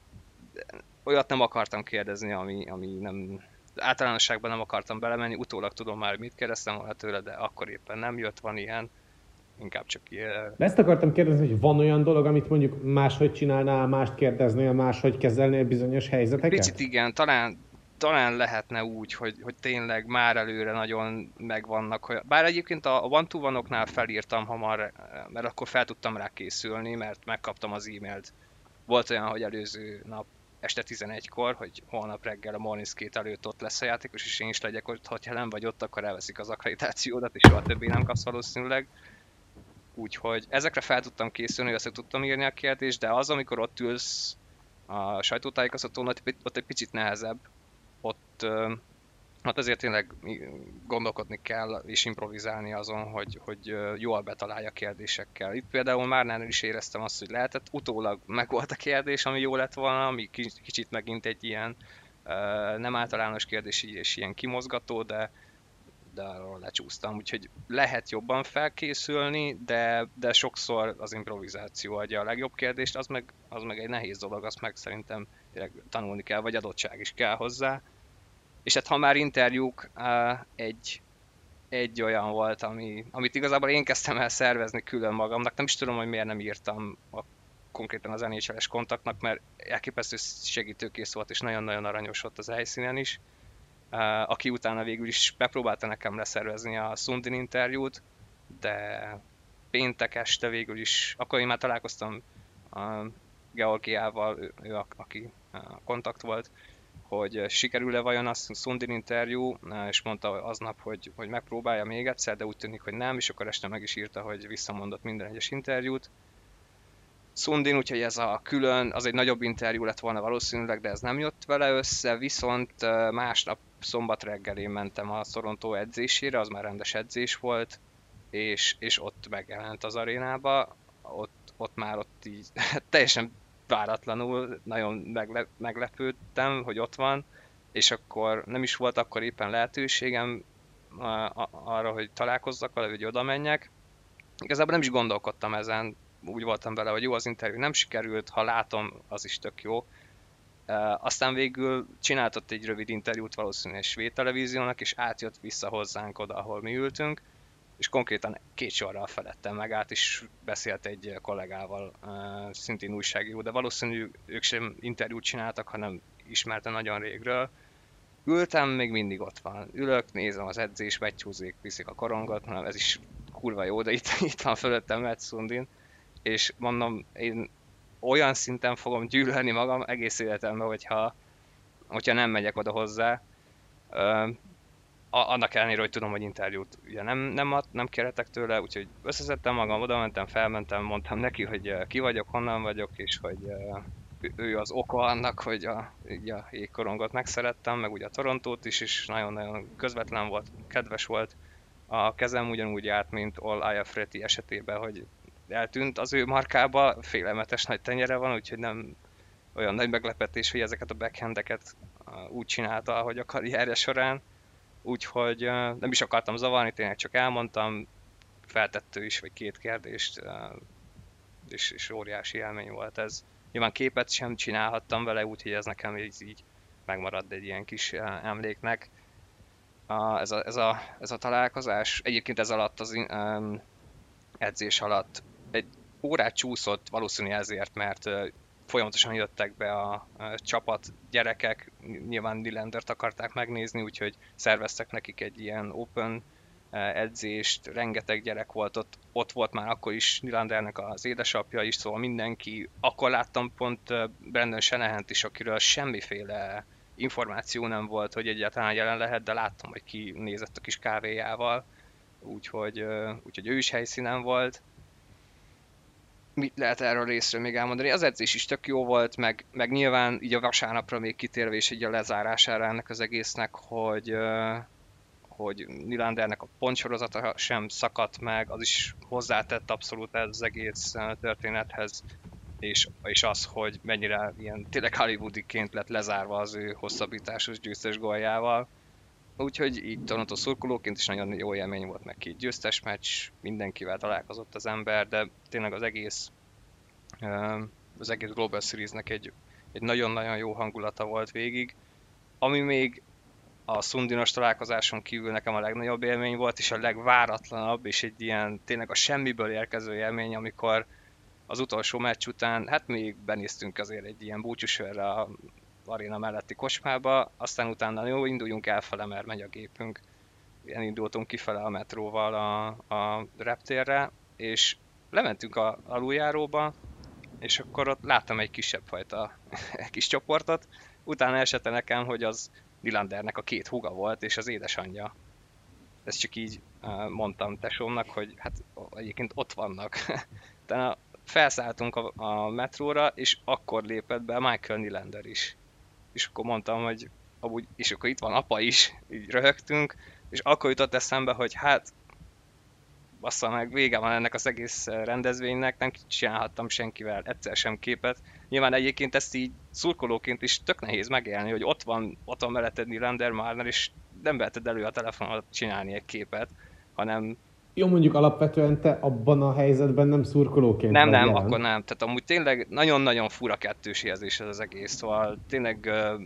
S4: de olyat nem akartam kérdezni, ami, ami nem... Általánosságban nem akartam belemenni, utólag tudom már, mit kérdeztem volna tőle, de akkor éppen nem jött, van ilyen. Inkább csak ilyen...
S3: De ezt akartam kérdezni, hogy van olyan dolog, amit mondjuk máshogy csinálnál, mást kérdeznél, máshogy kezelnél bizonyos helyzeteket?
S4: Picit igen, talán, talán lehetne úgy, hogy, hogy tényleg már előre nagyon megvannak. Hogy... Bár egyébként a one-to-one-oknál felírtam hamar, mert akkor fel tudtam rá készülni, mert megkaptam az e-mailt. Volt olyan, hogy előző nap este tizenegykor, hogy holnap reggel a Morning Skate előtt ott lesz a játékos, és én is legyek ott, hogyha nem vagy ott, akkor elveszik az akkreditációdat, és soha többé nem kapsz valószínűleg. Úgyhogy ezekre fel tudtam készülni, össze tudtam írni a kérdést, de az, amikor ott ülsz a sajtótájékoztatón, ott egy picit nehezebb. Ott hát azért tényleg gondolkodni kell és improvizálni azon, hogy, hogy jól betalálja kérdésekkel. Itt például Marnernél is éreztem azt, hogy lehetett, utólag meg volt a kérdés, ami jó lett volna, ami kicsit megint egy ilyen nem általános kérdés és ilyen kimozgató, de de arról lecsúsztam, úgyhogy lehet jobban felkészülni, de, de sokszor az improvizáció adja a legjobb kérdést, az meg, az meg egy nehéz dolog, azt meg szerintem tényleg tanulni kell, vagy adottság is kell hozzá. És hát ha már interjúk, egy, egy olyan volt, ami, amit igazából én kezdtem el szervezni külön magamnak, nem is tudom, hogy miért nem írtam a, konkrétan az en há el-es kontaktnak, mert elképesztő segítőkész volt, és nagyon-nagyon aranyos ott az helyszínen is. Uh, aki utána végül is bepróbálta nekem leszervezni a Sundin interjút, de péntek este végül is, akkor én már találkoztam uh, Georgiával, ő, ő a, aki uh, kontakt volt, hogy sikerül-e vajon a Sundin interjú, uh, és mondta aznap, hogy, hogy megpróbálja még egyszer, de úgy tűnik, hogy nem, és akkor este meg is írta, hogy visszamondott minden egyes interjút. Sundin, úgyhogy ez a külön, az egy nagyobb interjú lett volna valószínűleg, de ez nem jött vele össze, viszont másnap szombat reggelén mentem a Toronto edzésére, az már rendes edzés volt, és, és ott megjelent az arénába, ott, ott már ott így teljesen váratlanul, nagyon megle, meglepődtem, hogy ott van, és akkor nem is volt akkor éppen lehetőségem arra, hogy találkozzak vele, hogy oda menjek. Igazából nem is gondolkodtam ezen, úgy voltam vele, hogy jó, az interjú nem sikerült, ha látom, az is tök jó. Uh, aztán végül csináltott egy rövid interjút valószínűleg egy svéd televíziónak, és átjött vissza hozzánk oda, ahol mi ültünk, és konkrétan két sorral felettem megállt, és beszélt egy kollégával, uh, szintén újságíró, de valószínűleg ők sem interjút csináltak, hanem ismerte nagyon régről. Ültem, még mindig ott van. Ülök, nézem az edzés, Matthewsék viszik a korongot, mondom, ez is kurva jó, de itt, itt van fölöttem Matt Sundin, és mondom, én olyan szinten fogom gyűlölni magam egész életemben, hogyha, hogyha nem megyek oda hozzá. a, annak ellenére, hogy tudom, hogy interjút ugye nem, nem, ad, nem kérhetek tőle, úgyhogy összeszedtem magam, oda mentem, felmentem, mondtam neki, hogy uh, ki vagyok, honnan vagyok, és hogy uh, ő az oka annak, hogy a, a jégkorongot megszerettem, meg ugye a Torontót is, és nagyon-nagyon közvetlen volt, kedves volt. A kezem ugyanúgy járt, mint All Iafreti esetében, hogy eltűnt az ő markába, félelmetes nagy tenyere van, úgyhogy nem olyan nagy meglepetés, hogy ezeket a backhandeket úgy csinálta, ahogy a karrierje során. Úgyhogy nem is akartam zavarni, tényleg csak elmondtam, feltettő is, vagy két kérdést, és, és óriási élmény volt ez. Nyilván képet sem csinálhattam vele, úgyhogy ez nekem így, így megmaradt egy ilyen kis emléknek. A, ez, a, ez, a, ez a találkozás, egyébként ez alatt az um, edzés alatt egy órát csúszott, valószínűleg ezért, mert uh, folyamatosan jöttek be a, a csapat gyerekek, nyilván Nylandert akarták megnézni, úgyhogy szerveztek nekik egy ilyen open uh, edzést, rengeteg gyerek volt ott, ott volt már akkor is Nylandernek az édesapja is, szóval mindenki, akkor láttam pont uh, Brandon Shanahant is, akiről semmiféle információ nem volt, hogy egyáltalán jelen lehet, de láttam, hogy ki nézett a kis kávéjával, úgyhogy, úgyhogy ő is helyszínen volt. Mit lehet erről részről még elmondani? Az edzés is tök jó volt, meg, meg nyilván így a vasárnapra még kitérve és így a lezárására ennek az egésznek, hogy, hogy Nylandernek a pontsorozata sem szakadt meg, az is hozzátett abszolút ez az egész történethez. És, és az, hogy mennyire ilyen tényleg hollywoodiként lett lezárva az ő hosszabbításos győztes góljával. Úgyhogy így Toronto szurkolóként is nagyon jó élmény volt, meg két győztes meccs, mindenkivel találkozott az ember, de tényleg az egész az egész Global Seriesnek egy, egy nagyon-nagyon jó hangulata volt végig. Ami még a szundinos találkozáson kívül nekem a legnagyobb élmény volt, és a legváratlanabb, és egy ilyen tényleg a semmiből érkező élmény, amikor az utolsó meccs után, hát még benéztünk azért egy ilyen búcsúsörre a aréna melletti kocsmába, aztán utána jó, induljunk elfele, mert megy a gépünk. Ilyen indultunk kifele a metróval a, a reptérre, és lementünk a aluljáróba, és akkor ott láttam egy kisebb fajta kis csoportot, utána esette nekem, hogy az Nylandernek a két húga volt, és az édesanyja. Ezt csak így mondtam tesómnak, hogy hát egyébként ott vannak. Utána felszálltunk a, a metróra, és akkor lépett be Michael Nylander is. És akkor mondtam, hogy amúgy, és akkor itt van apa is, így röhögtünk, és akkor jutott eszembe, hogy hát bassza meg, vége van ennek az egész rendezvénynek, nem csinálhattam senkivel egyszer sem képet. Nyilván egyébként ezt így szurkolóként is tök nehéz megélni, hogy ott van, ott van melletted Nylander Marner, és nem veheted elő a telefonodat csinálni egy képet, hanem
S3: jó, mondjuk alapvetően te abban a helyzetben nem szurkolóként
S4: Nem, nem,
S3: jelen.
S4: akkor nem. Tehát amúgy tényleg nagyon-nagyon fura kettős érzés ez az egész. Szóval tényleg uh,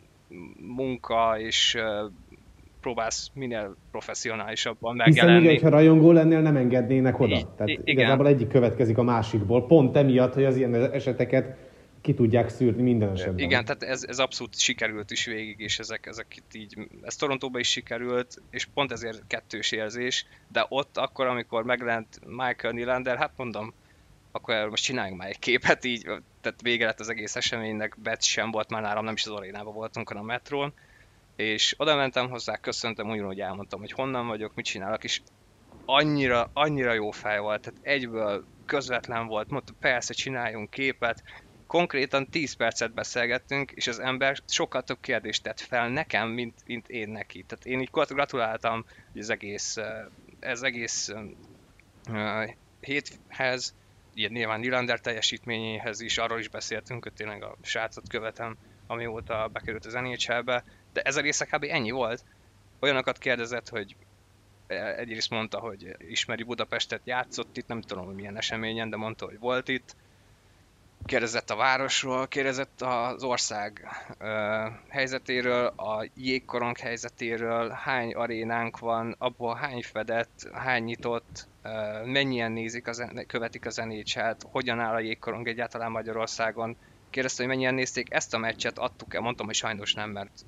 S4: munka, és uh, próbálsz minél professzionálisabban megjelenni.
S3: Hiszen ugye, hogyha rajongó lennél, nem engednének oda.
S4: I-
S3: Tehát
S4: igen.
S3: igazából egyik következik a másikból. Pont emiatt, hogy az ilyen eseteket ki tudják szűrni minden esetben.
S4: Igen, tehát ez, ez abszolút sikerült is végig, és ezek, ezek itt így, ez Torontóban is sikerült, és pont ezért kettős érzés, de ott akkor, amikor megjelent Michael Nylander, hát mondom, akkor most csináljunk már egy képet így, tehát vége lett az egész eseménynek, Betts sem volt már nálam, nem is az arénában voltunk, hanem a metrón, és oda mentem hozzá, köszöntem, ugyanúgy elmondtam, hogy honnan vagyok, mit csinálok, és annyira, annyira jó fej volt, tehát egyből közvetlen volt, mondta, persze csináljunk képet, konkrétan tíz percet beszélgettünk, és az ember sokkal több kérdést tett fel nekem, mint, mint én neki. Tehát én így gratuláltam az egész, ez egész uh, héthez, ilyen nyilván Nylander teljesítményéhez is, arról is beszéltünk, hogy tényleg a srácot követem, amióta bekerült az en há el-be, de ez a része kb. Ennyi volt. Olyanokat kérdezett, hogy egyrészt mondta, hogy ismeri Budapestet, játszott itt, nem tudom, hogy milyen eseményen, de mondta, hogy volt itt. Kérdezett a városról, kérdezett az ország uh, helyzetéről, a jégkorong helyzetéről, hány arénánk van, abból hány fedett, hány nyitott, uh, mennyien nézik, az, követik az en há el-t, hogyan áll a jégkorong egyáltalán Magyarországon. Kérdezte, hogy mennyien nézték ezt a meccset, adtuk-e? Mondtam, hogy sajnos nem, mert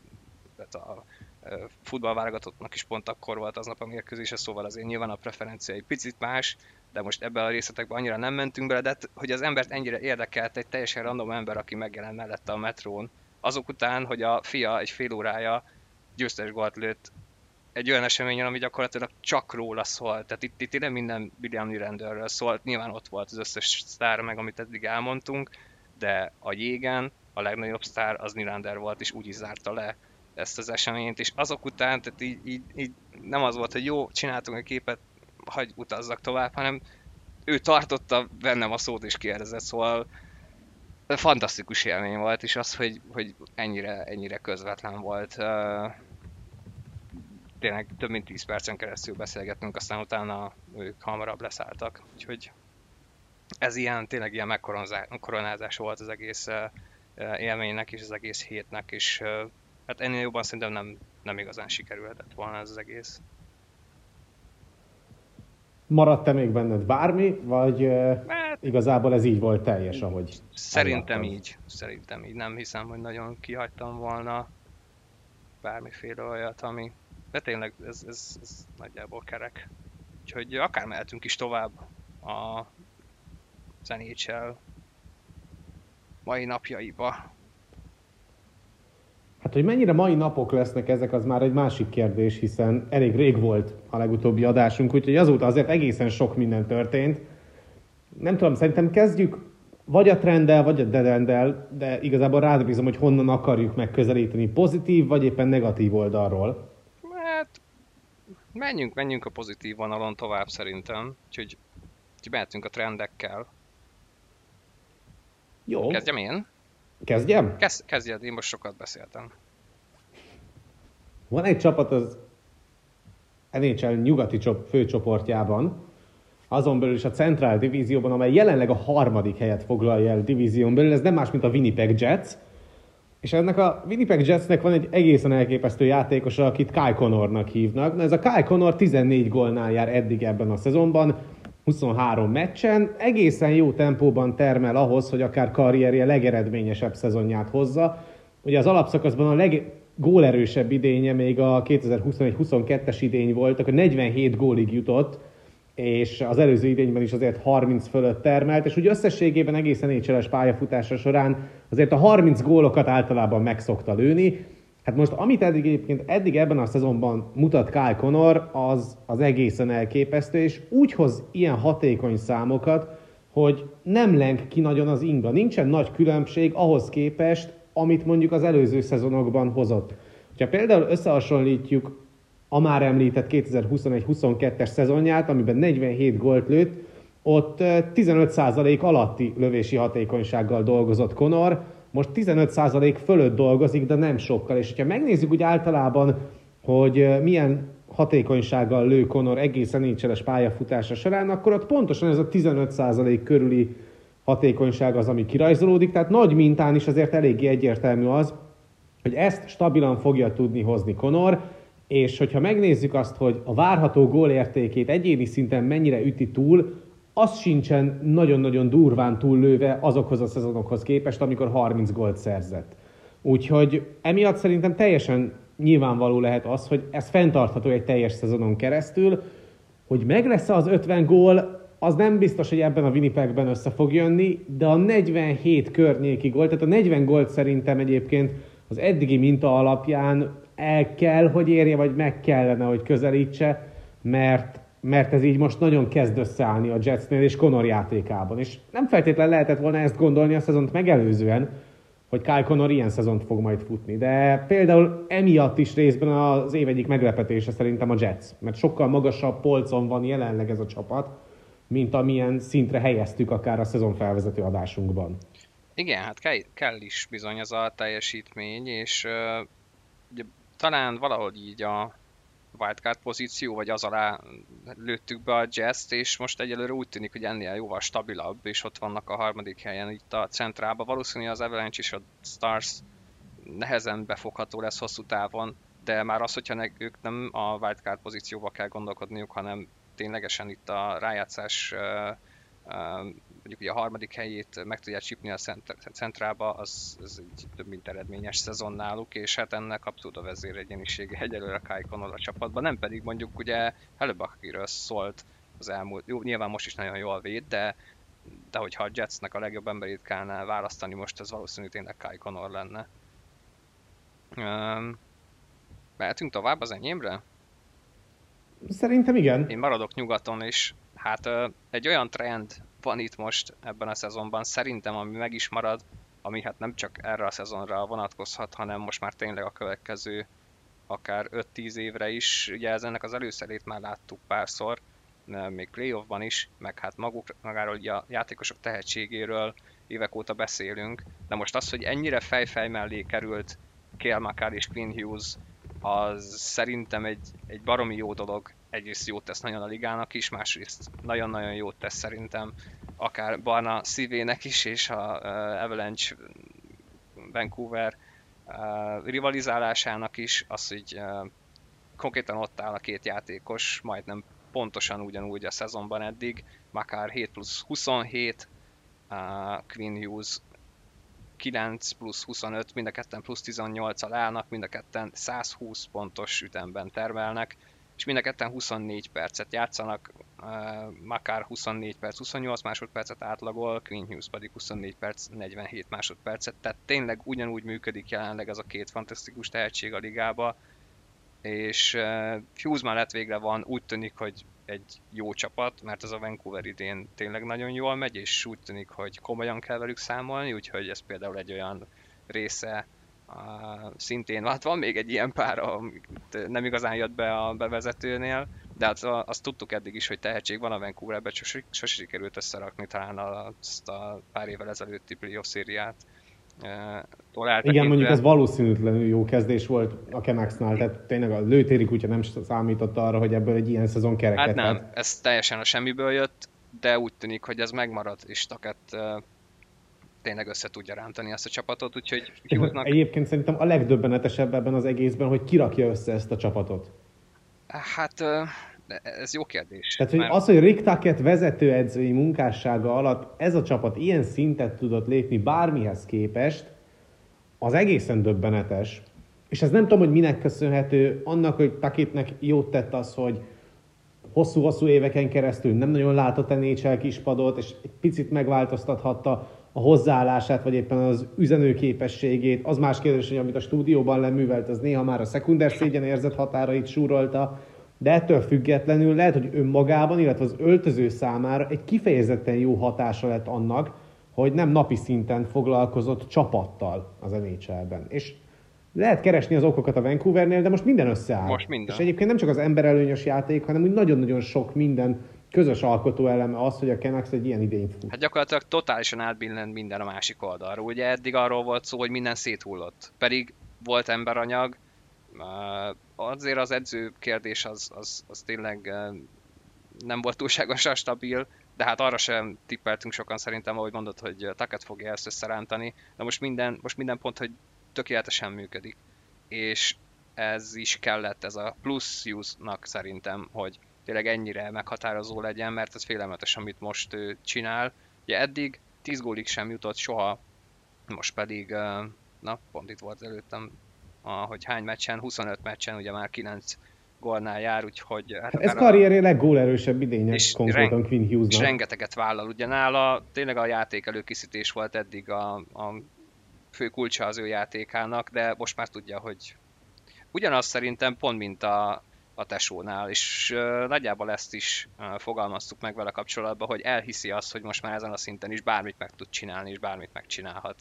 S4: a futballválogatottnak is pont akkor volt aznap a mérkőzése, szóval azért nyilván a preferencia egy picit más, de most ebben a részletekben annyira nem mentünk bele, de hát, hogy az embert ennyire érdekelt egy teljesen random ember, aki megjelent mellette a metrón, azok után, hogy a fia egy fél órája győztes gólt lőtt egy olyan eseményen, ami gyakorlatilag csak róla szólt. Tehát itt, itt nem minden William Nylanderről szólt, nyilván ott volt az összes sztár, meg amit eddig elmondtunk, de a jégen a legnagyobb sztár az Nylander volt, és úgy is zárta le ezt az eseményt, és azok után, tehát így, így, így nem az volt, hogy jó, csináltunk egy képet, hagyj utazzak tovább, hanem ő tartotta bennem a szót és kérdezett, szóval fantasztikus élmény volt, és az, hogy, hogy ennyire, ennyire közvetlen volt. Tényleg több mint tíz percen keresztül beszélgettünk, aztán utána ők hamarabb leszálltak. Úgyhogy ez ilyen, tényleg ilyen megkoronázás volt az egész élménynek és az egész hétnek, és hát ennél jobban szerintem nem, nem igazán sikerülhetett volna ez az egész.
S3: Maradt-e még benned bármi, vagy hát, igazából ez így volt teljes, ahogy
S4: Szerintem eljöttem. így. Szerintem így. Nem hiszem, hogy nagyon kihagytam volna bármiféle olyat, ami... De tényleg ez, ez, ez nagyjából kerek. Úgyhogy akár mehetünk is tovább a en há el mai napjaiba.
S3: Hát, hogy mennyire mai napok lesznek ezek, az már egy másik kérdés, hiszen elég rég volt a legutóbbi adásunk, úgyhogy azóta azért egészen sok minden történt. Nem tudom, szerintem kezdjük vagy a trenddel, vagy a dead-enddel, de igazából rád bízom, hogy honnan akarjuk megközelíteni, pozitív, vagy éppen negatív oldalról.
S4: Hát, menjünk, menjünk a pozitív vonalon tovább szerintem, úgyhogy, úgyhogy mehetünk a trendekkel.
S3: Jó.
S4: Kezdjem én?
S3: Kezdjem?
S4: Kezd, kezdjed, én most sokat beszéltem.
S3: Van egy csapat az en há el nyugati főcsoportjában, azon belül is a Central divízióban, amely jelenleg a harmadik helyet foglalja el divízión belül, ez nem más, mint a Winnipeg Jets. És ennek a Winnipeg Jetsnek van egy egészen elképesztő játékosa, akit Kyle Connornak hívnak. Na, ez a Kyle Connor tizennégy gólnál jár eddig ebben a szezonban, huszonhárom meccsen, egészen jó tempóban termel ahhoz, hogy akár karrierje legeredményesebb szezonját hozza. Ugye az alapszakaszban a leggólerősebb idénye még a kétezer-huszonegy-huszonkettes idény volt, akkor negyvenhét gólig jutott, és az előző idényben is azért harminc fölött termelt, és úgy összességében egészen en há el-es pályafutása során azért a harminc gólokat általában meg szokta lőni. Hát most, amit eddig egyébként eddig ebben a szezonban mutat Kyle Connor, az, az egészen elképesztő, és úgy hoz ilyen hatékony számokat, hogy nem leng ki nagyon az inga. Nincsen nagy különbség ahhoz képest, amit mondjuk az előző szezonokban hozott. Ha például összehasonlítjuk a már említett kétezer-huszonegy-huszonkettes szezonját, amiben negyvenhét gólt lőtt, ott tizenöt százalék alatti lövési hatékonysággal dolgozott Connor, most tizenöt százalék fölött dolgozik, de nem sokkal. És ha megnézzük úgy általában, hogy milyen hatékonysággal lő Connor egészen en há el-es pályafutása során, akkor ott pontosan ez a tizenöt százalék körüli hatékonyság az, ami kirajzolódik. Tehát nagy mintán is azért eléggé egyértelmű az, hogy ezt stabilan fogja tudni hozni Connor, és hogyha megnézzük azt, hogy a várható gólértékét egyéni szinten mennyire üti túl, az sincsen nagyon-nagyon durván túllőve azokhoz a szezonokhoz képest, amikor harminc gólt szerzett. Úgyhogy emiatt szerintem teljesen nyilvánvaló lehet az, hogy ez fenntartható egy teljes szezonon keresztül, hogy meg lesz az ötven gól, az nem biztos, hogy ebben a Winnipegben össze fog jönni, de a negyvenhét környéki gól, tehát a negyven gólt szerintem egyébként az eddigi minta alapján el kell, hogy érje, vagy meg kellene, hogy közelítse, mert, mert ez így most nagyon kezd összeállni a Jetsnél és Connor játékában. És nem feltétlenül lehetett volna ezt gondolni a szezont megelőzően, hogy Kyle Connor ilyen szezont fog majd futni. De például emiatt is részben az év egyik meglepetése szerintem a Jets, mert sokkal magasabb polcon van jelenleg ez a csapat, mint amilyen szintre helyeztük akár a szezon felvezető adásunkban.
S4: Igen, hát kell, kell is bizony az a teljesítmény, és uh, ugye, talán valahogy így a wildcard pozíció, vagy az alá lőttük be a Jets-t, és most egyelőre úgy tűnik, hogy ennél jóval stabilabb, és ott vannak a harmadik helyen itt a centrálban. Valószínűleg az Avalanche és a Stars nehezen befogható lesz hosszú távon, de már az, hogyha ne, ők nem a wildcard pozícióba kell gondolkodniuk, hanem ténylegesen itt a rájátszás mondjuk ugye a harmadik helyét meg tudják csípni a centrába, az, az egy több mint eredményes szezon náluk, és hát ennek abszolút a vezéregyenisége egyelőre Kyle Connor a csapatban, nem pedig mondjuk ugye Hellebuyckiről szólt az elmúlt, jó, nyilván most is nagyon jól véd, de, de hogyha a Jetsnek a legjobb emberét kellene választani most, az valószínűleg tényleg Kyle Connor lenne. Um, mehetünk tovább az enyémre?
S3: Szerintem igen.
S4: Én maradok nyugaton, és hát egy olyan trend van itt most ebben a szezonban, szerintem, ami meg is marad, ami hát nem csak erre a szezonra vonatkozhat, hanem most már tényleg a következő akár öt-tíz évre is. Ugye ez ennek az előszelét már láttuk párszor, még playoffban is, meg hát maguk, magáról ugye a játékosok tehetségéről évek óta beszélünk, de most az, hogy ennyire fejfej mellé került Cale Makar és Quinn Hughes, az szerintem egy, egy baromi jó dolog. Egyrészt jót tesz nagyon a ligának is, másrészt nagyon-nagyon jót tesz szerintem akár Barna szívének is, és a uh, Avalanche Vancouver uh, rivalizálásának is, az, hogy uh, konkrétan ott áll a két játékos, majdnem pontosan ugyanúgy a szezonban eddig, Makar hét plusz huszonhét, uh, Quinn Hughes kilenc plusz huszonöt, mind a ketten plusz tizennyolccal állnak, mind a ketten száz húsz pontos ütemben termelnek, és mind a ketten huszonnégy percet játszanak, uh, Makar huszonnégy perc, huszonnyolc másodpercet átlagol, Quinn Hughes pedig huszonnégy perc, negyvenhét másodpercet, tehát tényleg ugyanúgy működik jelenleg ez a két fantasztikus tehetség a ligába, és uh, Hughes mellett végre van, úgy tűnik, hogy egy jó csapat, mert ez a Vancouver idén tényleg nagyon jól megy, és úgy tűnik, hogy komolyan kell velük számolni, úgyhogy ez például egy olyan része, uh, szintén, hát van még egy ilyen pár, amit nem igazán jött be a bevezetőnél, de hát azt tudtuk eddig is, hogy tehetség van a Vancouverben, csak sose, sose sikerült összerakni talán azt a pár évvel ezelőtti playoff szériát. Uh,
S3: Igen, mondjuk ez valószínűtlenül jó kezdés volt a Canucksnál, tehát tényleg a lőtéri kutya nem számított arra, hogy ebből egy ilyen szezon kereket.
S4: Hát nem, ez teljesen a semmiből jött, de úgy tűnik, hogy ez megmarad, és Tuckett uh, tényleg össze tudja rántani ezt a csapatot, úgyhogy Hughesnak...
S3: Egyébként szerintem a legdöbbenetesebb ebben az egészben, hogy ki rakja össze ezt a csapatot.
S4: Hát uh, ez jó kérdés.
S3: Tehát, hogy mert... az, hogy Rick Tuckett vezetőedzői munkássága alatt ez a csapat ilyen szintet tudott lépni bármihez képest, az egészen döbbenetes. És ez nem tudom, hogy minek köszönhető, annak, hogy Tuckettnek jót tett az, hogy hosszú-hosszú éveken keresztül nem nagyon látott en há el kispadot, és egy picit megváltoztathatta a hozzáállását, vagy éppen az üzenőképességét. Az más kérdés, hogy amit a stúdióban leművelt, az néha már a szekunder szégyenérzet határait súrolta, de ettől függetlenül lehet, hogy önmagában, illetve az öltöző számára egy kifejezetten jó hatása lett annak, hogy nem napi szinten foglalkozott csapattal az en há el-ben. És lehet keresni az okokat a Vancouvernél, de most minden összeáll.
S4: Most minden.
S3: És egyébként nem csak az emberelőnyös játék, hanem úgy nagyon-nagyon sok minden közös alkotó eleme az, hogy a Canucks egy ilyen idényt fut.
S4: Hát gyakorlatilag totálisan átbillent minden a másik oldalra. Ugye eddig arról volt szó, hogy minden széthullott. Pedig volt emberanyag. Azért az edző kérdés az, az, az tényleg nem volt túlságosan stabil, de hát arra sem tippeltünk sokan szerintem, ahogy mondod, hogy Tuckett fogja ezt összerántani. De most minden, most minden pont, hogy tökéletesen működik. És ez is kellett, ez a plusz Hughes-nak szerintem, hogy tényleg ennyire meghatározó legyen, mert ez félelmetes, amit most ő csinál. Ugye eddig tíz gólig sem jutott soha, most pedig, na, pont itt volt előttem, hogy hány meccsen, huszonöt meccsen, ugye már kilenc gólnál jár, úgyhogy... Hát
S3: ez karrierje gólerősebb idénye konkrétan
S4: ren-
S3: Quinn Hughesnak.
S4: És rengeteget vállal, ugye nála tényleg a játék előkészítés volt eddig a, a fő kulcsa az ő játékának, de most már tudja, hogy ugyanaz szerintem pont, mint a, a tesónál, és uh, nagyjából ezt is uh, fogalmaztuk meg vele kapcsolatban, hogy elhiszi azt, hogy most már ezen a szinten is bármit meg tud csinálni, és bármit megcsinálhat.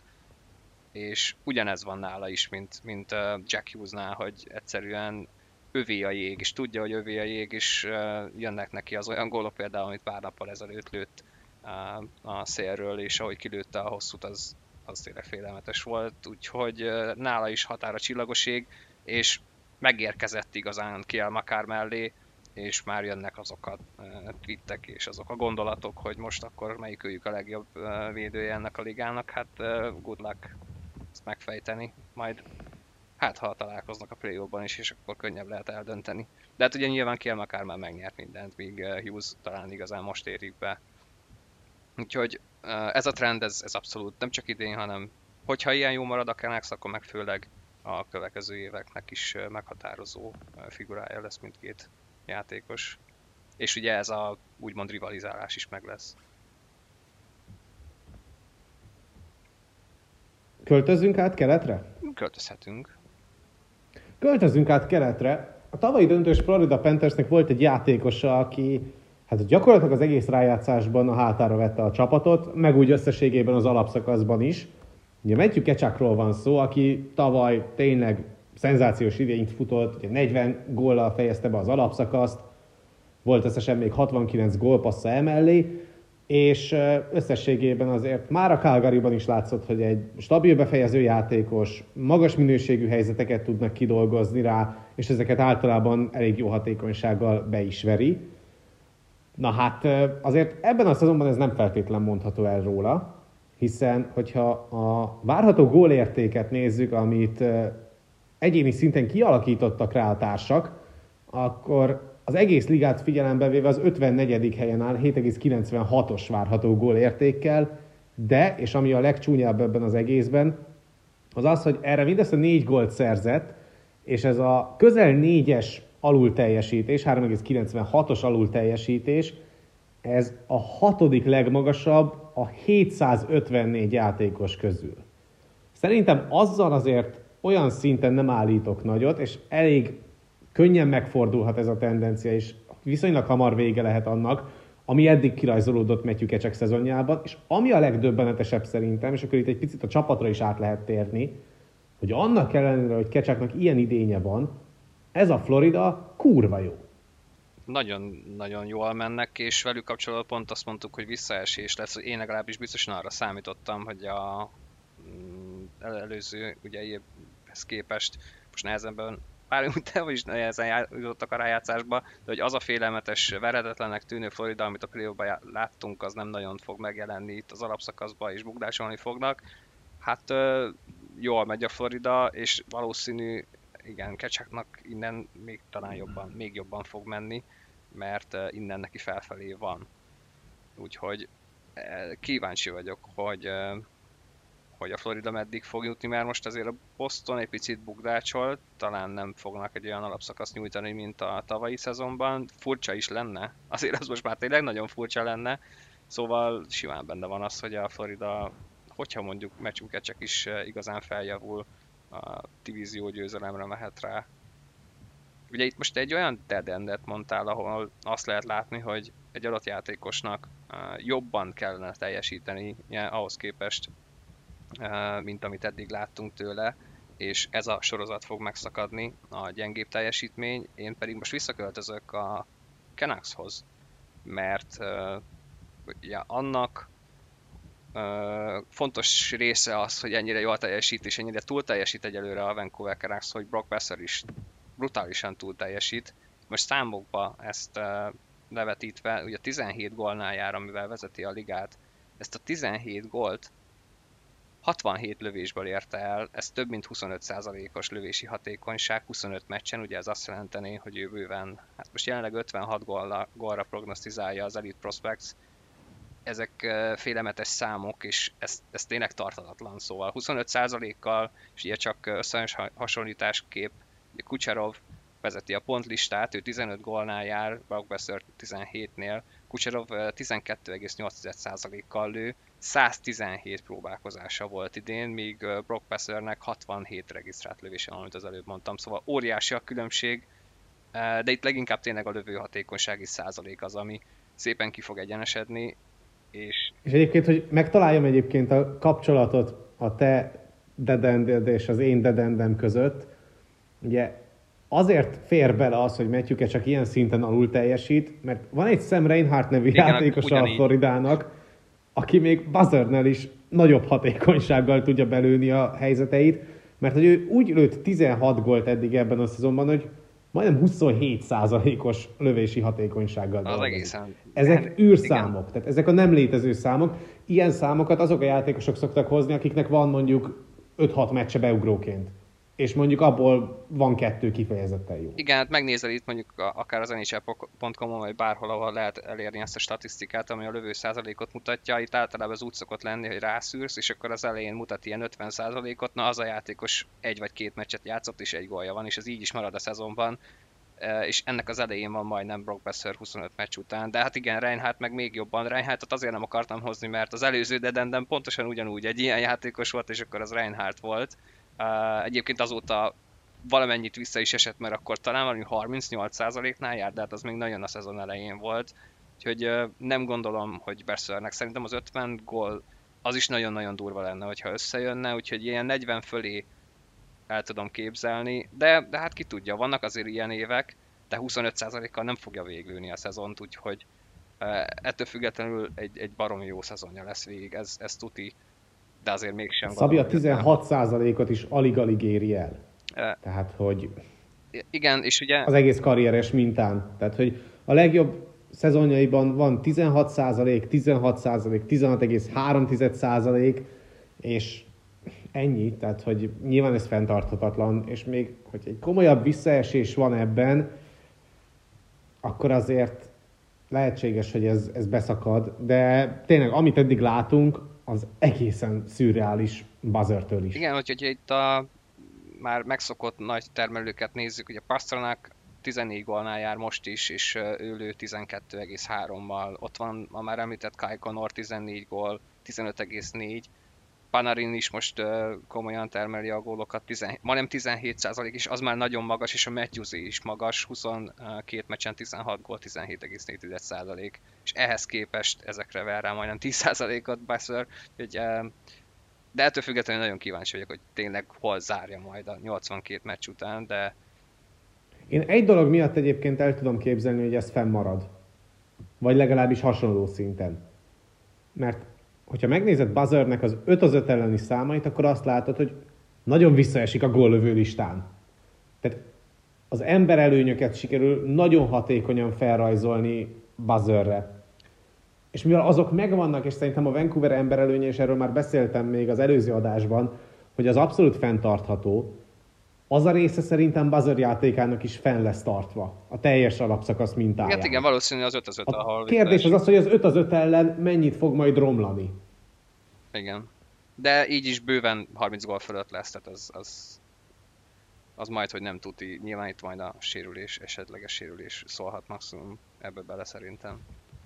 S4: És ugyanez van nála is, mint, mint uh, Jack Hughesnál, hogy egyszerűen övé a jég, és tudja, hogy övé a jég, és uh, jönnek neki az olyan gólok például, amit pár nappal ezelőtt lőtt uh, a szélről, és ahogy kilőtte a hosszút, az, az tényleg félelmetes volt, úgyhogy uh, nála is határa csillagoség, és megérkezett igazán Cale Makar mellé, és már jönnek azok a uh, twittek és azok a gondolatok, hogy most akkor melyik őjük a legjobb uh, védője ennek a ligának, hát uh, good luck ezt megfejteni, majd hát ha találkoznak a play-offban is, és akkor könnyebb lehet eldönteni. De hát ugye nyilván Cale Makar már megnyert mindent, míg uh, Hughes talán igazán most érik be. Úgyhogy uh, ez a trend, ez, ez abszolút nem csak idén, hanem hogyha ilyen jó marad a Canucks, akkor meg főleg a következő éveknek is meghatározó figurája lesz mindkét játékos. És ugye ez a úgymond rivalizálás is meg lesz.
S3: Költözzünk át keletre?
S4: Költözhetünk.
S3: Költözzünk át keletre. a tavalyi döntős Florida Panthersnek volt egy játékosa, aki hát gyakorlatilag az egész rájátszásban a hátára vette a csapatot, meg úgy összességében az alapszakaszban is. Ugye Matthew Tkachukról van szó, aki tavaly tényleg szenzációs idényt futott, ugye negyven góllal fejezte be az alapszakaszt, volt összesen még hatvankilenc gólpassza emellé, és összességében azért már a Calgaryban is látszott, hogy egy stabil befejező játékos, magas minőségű helyzeteket tudnak kidolgozni rá, és ezeket általában elég jó hatékonysággal be is veri. Na hát azért ebben a szezonban ez nem feltétlen mondható el róla, hiszen hogyha a várható gólértéket nézzük, amit egyéni szinten kialakítottak rá a társak, akkor az egész ligát figyelembe véve az ötvennegyedik helyen áll hét egész kilencvenhatos várható gólértékkel, de, és ami a legcsúnyább ebben az egészben, az az, hogy erre mindössze négy gólt szerzett, és ez a közel négyes alulteljesítés, három egész kilencvenhatos alulteljesítés, ez a hatodik legmagasabb a hétszázötvennégy játékos közül. Szerintem azzal azért olyan szinten nem állítok nagyot, és elég könnyen megfordulhat ez a tendencia, és viszonylag hamar vége lehet annak, ami eddig kirajzolódott Matthew Tkachuk szezonjában, és ami a legdöbbenetesebb szerintem, és akkor itt egy picit a csapatra is át lehet térni, hogy annak ellenére, hogy Tkachuknak ilyen idénye van, ez a Florida kurva jó.
S4: Nagyon-nagyon jól mennek, és velük kapcsolatban pont azt mondtuk, hogy visszaesés lesz. Én legalábbis biztosan arra számítottam, hogy a előző ugye évhez képest most nehezenben pár te is nehezen jutottak a rájátszásba, de hogy az a félelmetes, veredetlenek tűnő Florida, amit a play-offban láttunk, az nem nagyon fog megjelenni itt az alapszakaszban, és bukdásolni fognak. Hát jól megy a Florida, és valószínű, igen, Tkachuknak innen még talán jobban, még jobban fog menni, mert innen neki felfelé van. Úgyhogy kíváncsi vagyok, hogy hogy a Florida meddig fog jutni, mert most azért a Boston egy picit bukdácsol, talán nem fognak egy olyan alapszakaszt nyújtani, mint a tavalyi szezonban. Furcsa is lenne, azért az most már tényleg nagyon furcsa lenne, szóval simán benne van az, hogy a Florida, hogyha mondjuk Matthew Tkachuk is igazán feljavul, a divízió győzelemre mehet rá. Ugye itt most egy olyan dead endet mondtál, ahol azt lehet látni, hogy egy adott játékosnak jobban kellene teljesíteni ahhoz képest, mint amit eddig láttunk tőle, és ez a sorozat fog megszakadni, a gyengébb teljesítmény. Én pedig most visszaköltözök a Canuckshoz, mert uh, ja, annak uh, fontos része az, hogy ennyire jól teljesít, és ennyire túl teljesít egyelőre a Vancouver Canucks, hogy Brock Boeser is brutálisan túl teljesít. Most számokba ezt uh, levetítve, ugye tizenhét gólnál jár, amivel vezeti a ligát, ezt a tizenhét gólt hatvanhét lövésből érte el, ez több mint huszonöt százalékos lövési hatékonyság, huszonöt meccsen, ugye ez azt jelenteni, hogy ő bőven, hát most jelenleg ötvenhat gólra, gólra prognosztizálja az Elite Prospects. Ezek uh, félelmetes számok, és ez, ez tényleg tartatatlan, szóval huszonöt százalékkal, és ugye csak összehasonlításképp, ugye Kucherov vezeti a pontlistát, ő tizenöt gólnál jár, Brock Boeser tizenhétnél, Kucherov tizenkettő egész nyolc százalékkal lő, száztizenhét próbálkozása volt idén, míg Brock Boesernek hatvanhét regisztrált lövése van, amit az előbb mondtam, szóval óriási a különbség, de itt leginkább tényleg a lövőhatékonysági százalék az, ami szépen ki fog egyenesedni, és...
S3: És egyébként, hogy megtaláljam egyébként a kapcsolatot a te dead és az én dead között, ugye azért fér bele az, hogy Matthew Tkachuk csak ilyen szinten alul teljesít, mert van egy Sam Reinhart nevű igen, játékosa a Floridának, aki még Buzzardnál is nagyobb hatékonysággal tudja belőni a helyzeteit, mert hogy ő úgy lőtt tizenhat gólt eddig ebben a szezonban, hogy majdnem huszonhét százalékos lövési hatékonysággal.
S4: Az egészen.
S3: Ezek űrszámok, igen. Tehát ezek a nem létező számok. Ilyen számokat azok a játékosok szoktak hozni, akiknek van mondjuk öt-hat meccse beugróként. És mondjuk abból van kettő kifejezetten jó.
S4: Igen, hát megnézel itt mondjuk akár az en há el pont com-on, vagy bárhol, ahol lehet elérni ezt a statisztikát, ami a lövő százalékot mutatja. Itt általában az úgy szokott lenni, hogy rászűrsz, és akkor az elején mutat ilyen ötven százalékot. Na, az a játékos egy vagy két meccset játszott, és egy gólja van, és ez így is marad a szezonban. És ennek az elején van majdnem Brock Boeser huszonöt meccs után. De hát igen, Reinhardt meg még jobban. Reinhardtot azért nem akartam hozni, mert az előző dedenden pontosan ugyanúgy egy ilyen játékos volt, és akkor az Reinhardt volt. Uh, egyébként azóta valamennyit vissza is esett, mert akkor talán valami harmincnyolc százaléknál járt, de hát az még nagyon a szezon elején volt. Úgyhogy nem gondolom, hogy Bessernek. Szerintem az ötven gól az is nagyon-nagyon durva lenne, hogyha összejönne, úgyhogy ilyen negyven fölé el tudom képzelni, de, de hát ki tudja, vannak azért ilyen évek, de huszonöt százalékkal nem fogja véglőni a szezont, úgyhogy ettől függetlenül egy, egy baromi jó szezonja lesz végig, ez, ez tuti, de azért mégsem.
S3: Szabi a tizenhat százalékot is alig-alig éri el. E, Tehát, hogy
S4: igen, és ugye...
S3: Az egész karrieres mintán. Tehát, hogy a legjobb szezonjaiban van tizenhat százalék, tizenhat százalék, tizenhat egész három százalék, és ennyi. Tehát, hogy nyilván ez fenntarthatatlan, és még, hogy egy komolyabb visszaesés van ebben, akkor azért lehetséges, hogy ez, ez beszakad, de tényleg, amit eddig látunk, az egészen szürreális Buzzertől is.
S4: Igen, hogy, hogy itt a már megszokott nagy termelőket nézzük, ugye Pastrnak tizennégy gólnál jár most is, és ő lő tizenkettő egész hárommal. Ott van a már említett Kyle Connor, tizennégy gól, tizenöt egész négy. Panarin is most uh, komolyan termeli a gólokat, tizenhét, majdnem tizenhét százalék is, az már nagyon magas, és a Matthews is magas, huszonkét meccsen tizenhat gól, tizenhét egész négy százalék, és ehhez képest ezekre ver rá majdnem tíz százalékot Besser, hogy, uh, de ettől függetlenül nagyon kíváncsi vagyok, hogy tényleg hol zárja majd a nyolcvankét meccs után, de...
S3: Én egy dolog miatt egyébként el tudom képzelni, hogy ez fennmarad, vagy legalábbis hasonló szinten, mert hogyha megnézed Buzzernek az öt az öt elleni számait, akkor azt látod, hogy nagyon visszaesik a góllövő listán. Tehát az emberelőnyöket sikerül nagyon hatékonyan felrajzolni Buzzerre. És mivel azok megvannak, és szerintem a Vancouver emberelőnye, és erről már beszéltem még az előző adásban, hogy az abszolút fenntartható, az a része szerintem Buzzer játékának is fenn lesz tartva, a teljes alapszakasz mintáján.
S4: Hát igen, valószínűleg az öt az öt, ahol...
S3: A kérdés az az, hogy az öt az öt ellen mennyit fog majd romlani.
S4: Igen. De így is bőven harminc gól fölött lesz, tehát az, az, az majd, hogy nem tuti. Nyilván itt majd a sérülés, esetleges sérülés szólhat maximum ebbe bele szerintem.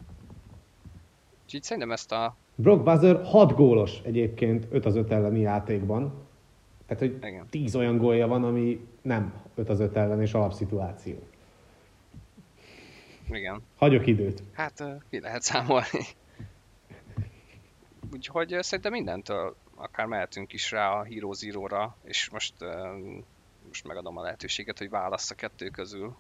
S4: Úgyhogy szerintem ezt a...
S3: Brock Buzzer hat gólos egyébként öt az öt elleni játékban. Tehát, hogy
S4: igen. tíz
S3: olyan gólja van, ami nem öt az öt ellen és alapszituáció.
S4: Igen.
S3: Hagyok időt.
S4: Hát ki lehet számolni. Úgyhogy szerintem mindentől akár mehetünk is rá a Hero Zero-ra, és most, most megadom a lehetőséget, hogy válassz a kettő közül.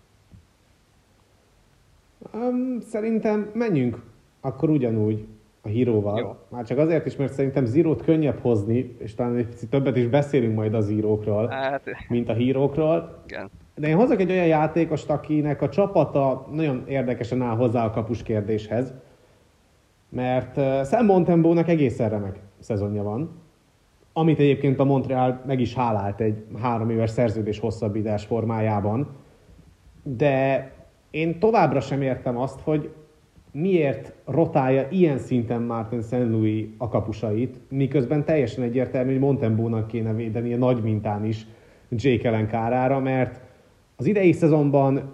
S3: Um, szerintem menjünk akkor ugyanúgy a Hero-val. Jó. Már csak azért is, mert szerintem Zero-t könnyebb hozni, és talán egy picit többet is beszélünk majd a Zero-król, hát, mint a Hero-król.
S4: Igen.
S3: De én hozok egy olyan játékost, akinek a csapata nagyon érdekesen áll hozzá a kapus kérdéshez, mert uh, Sam Montembeault-nak egészen remek szezonja van, amit egyébként a Montreal meg is hálált egy három éves szerződés hosszabbítás formájában, de én továbbra sem értem azt, hogy miért rotálja ilyen szinten Martin Saint Louis a kapusait, miközben teljesen egyértelmű, hogy Montembeault-nak kéne védenie nagy mintán is Jake Allen kárára, mert az idei szezonban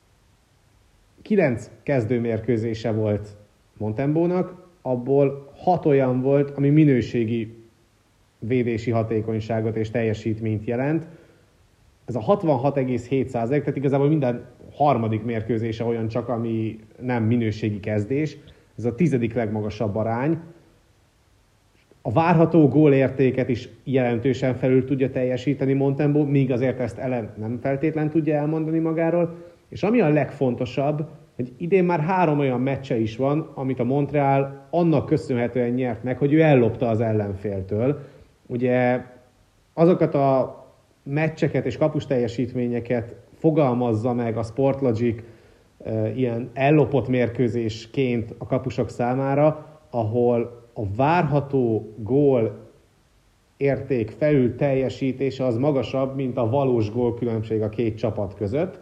S3: kilenc kezdőmérkőzése volt Montembeault-nak, abból hat olyan volt, ami minőségi védési hatékonyságot és teljesítményt jelent. Ez a hatvanhat egész hét százalék, tehát igazából minden harmadik mérkőzése olyan csak, ami nem minőségi kezdés. Ez a tizedik legmagasabb arány. A várható gólértéket is jelentősen felül tudja teljesíteni Montembeault, míg azért ezt Allen nem feltétlen tudja elmondani magáról. És ami a legfontosabb, hogy idén már három olyan meccse is van, amit a Montreal annak köszönhetően nyert meg, hogy ő ellopta az ellenféltől. Ugye azokat a meccseket és kapus teljesítményeket fogalmazza meg a Sportlogic e, ilyen ellopott mérkőzésként a kapusok számára, ahol a várható gól érték felül teljesítése az magasabb, mint a valós gólkülönbség a két csapat között.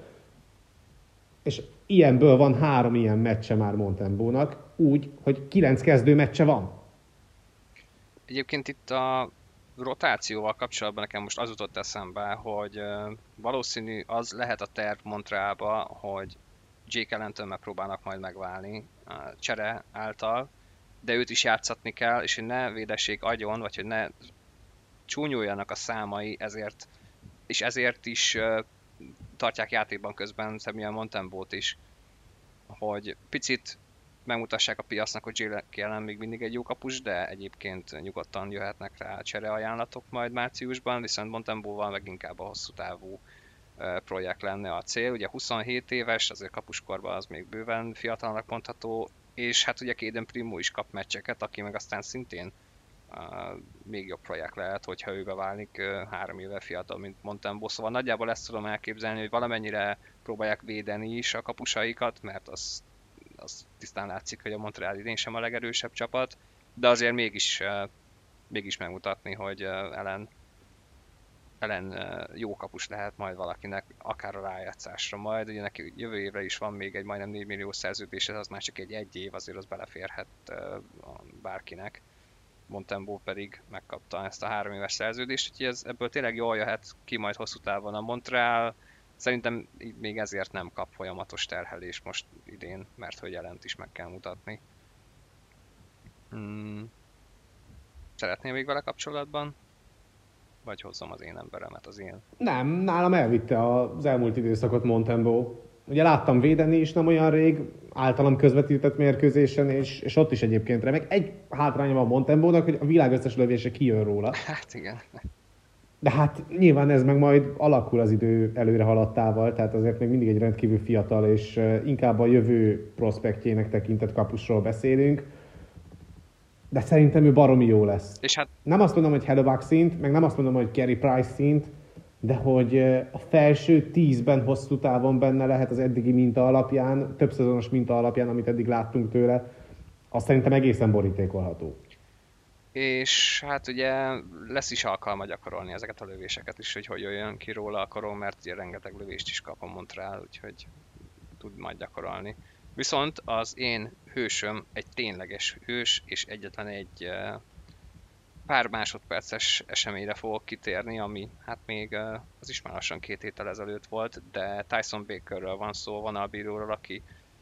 S3: És ilyenből van három ilyen meccse már Montembeault-nak, úgy, hogy kilenc kezdő meccse van.
S4: Egyébként itt a rotációval kapcsolatban nekem most az jutott eszembe, hogy valószínű az lehet a terv Montrealba, hogy Jake Allentől megpróbálnak majd megválni csere által, de őt is játszatni kell, és hogy ne védessék agyon, vagy hogy ne csúnyuljanak a számai, ezért és ezért is uh, tartják játékban közben Samuel Montembeaut is, hogy picit megmutassák a piacnak, hogy Jake Allen még mindig egy jó kapus, de egyébként nyugodtan jöhetnek rá csereajánlatok majd márciusban, viszont Montembeauval meg inkább a hosszú távú projekt lenne a cél. Ugye huszonhét éves, azért kapuskorban az még bőven fiatalnak mondható, és hát ugye Caden Primo is kap meccseket, aki meg aztán szintén uh, még jobb projekt lehet, hogyha ő beválik uh, három éve fiatal, mint Montembeaut. Szóval nagyjából ezt tudom elképzelni, hogy valamennyire próbálják védeni is a kapusaikat, mert az, az tisztán látszik, hogy a Montreal idén sem a legerősebb csapat, de azért mégis, uh, mégis megmutatni, hogy uh, Allen Allen jó kapus lehet majd valakinek, akár a rájátszásra majd. Ugye neki jövő évre is van még egy majdnem négy millió szerződés, az már csak egy egy év, azért az beleférhet bárkinek. Montembeaut pedig megkapta ezt a három éves szerződést, úgyhogy ez, ebből tényleg jól jöhet ki majd hosszú távon a Montreal. Szerintem még ezért nem kap folyamatos terhelést most idén, mert hogy Allent is meg kell mutatni. Hmm. Szeretnél még vele kapcsolatban? Vagy hozzam az én emberemet, az én?
S3: Nem, nálam elvitte az elmúlt időszakot Montembeaut. Ugye láttam védeni is nem olyan rég, általam közvetített mérkőzésen, és, és ott is egyébként remek. Egy hátránya van Montembeautnak, hogy a világ összes lövése kijön róla.
S4: Hát igen.
S3: De hát nyilván ez meg majd alakul az idő előre haladtával, tehát azért még mindig egy rendkívül fiatal, és inkább a jövő prospektjének tekintett kapusról beszélünk. De szerintem ő baromi jó lesz.
S4: És hát...
S3: Nem azt mondom, hogy Hellebuyck szint, meg nem azt mondom, hogy Carey Price szint, de hogy a felső tízben hosszú távon benne lehet az eddigi minta alapján, több szezonos minta alapján, amit eddig láttunk tőle, azt szerintem egészen borítékolható.
S4: És hát ugye lesz is alkalma gyakorolni ezeket a lövéseket is, hogy hogy jöjjön ki róla a koron, mert ugye rengeteg lövést is kap a Montreal, úgyhogy tud majd gyakorolni. Viszont az én hősöm egy tényleges hős, és egyetlen egy pár másodperces eseményre fogok kitérni, ami hát még az is már lassan két héttel ezelőtt volt, de Tyson Bakerről van szó, vonalbíróról, aki,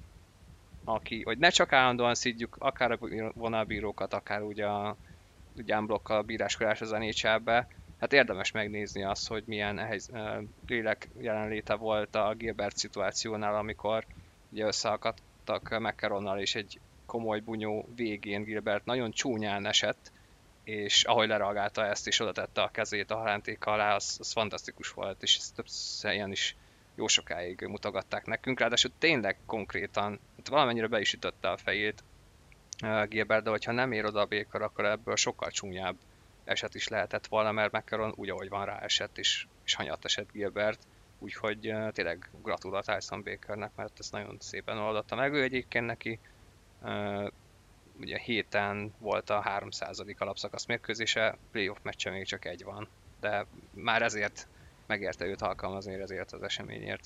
S4: aki, hogy ne csak állandóan szidjuk akár a vonalbírókat, akár ugye a ugye unblock a bíráskodás az en há el-be, hát érdemes megnézni azt, hogy milyen lélek jelenléte volt a Gilbert szituációnál, amikor ugye összeakadtak McCarronnal, és egy komoly bunyó végén Gilbert nagyon csúnyán esett, és ahogy lereagálta ezt, és oda tette a kezét a halánték alá, az, az fantasztikus volt, és ezt több helyen is jó sokáig mutogatták nekünk, ráadásul tényleg konkrétan, hát valamennyire be is ütötte a fejét uh, Gilbert, de hogyha nem ér oda a Baker, akkor ebből sokkal csúnyább eset is lehetett volna, mert McCarron úgy, ahogy van, ráesett, és, és hanyat esett Gilbert, úgyhogy uh, tényleg gratulál Tyson Bakernek, mert ezt nagyon szépen oldotta meg. Ő egyébként neki uh, ugye héten volt a háromszázadik alapszakasz mérkőzése, playoff meccse még csak egy van, de már ezért megérte őt alkalmazni, ezért az eseményért.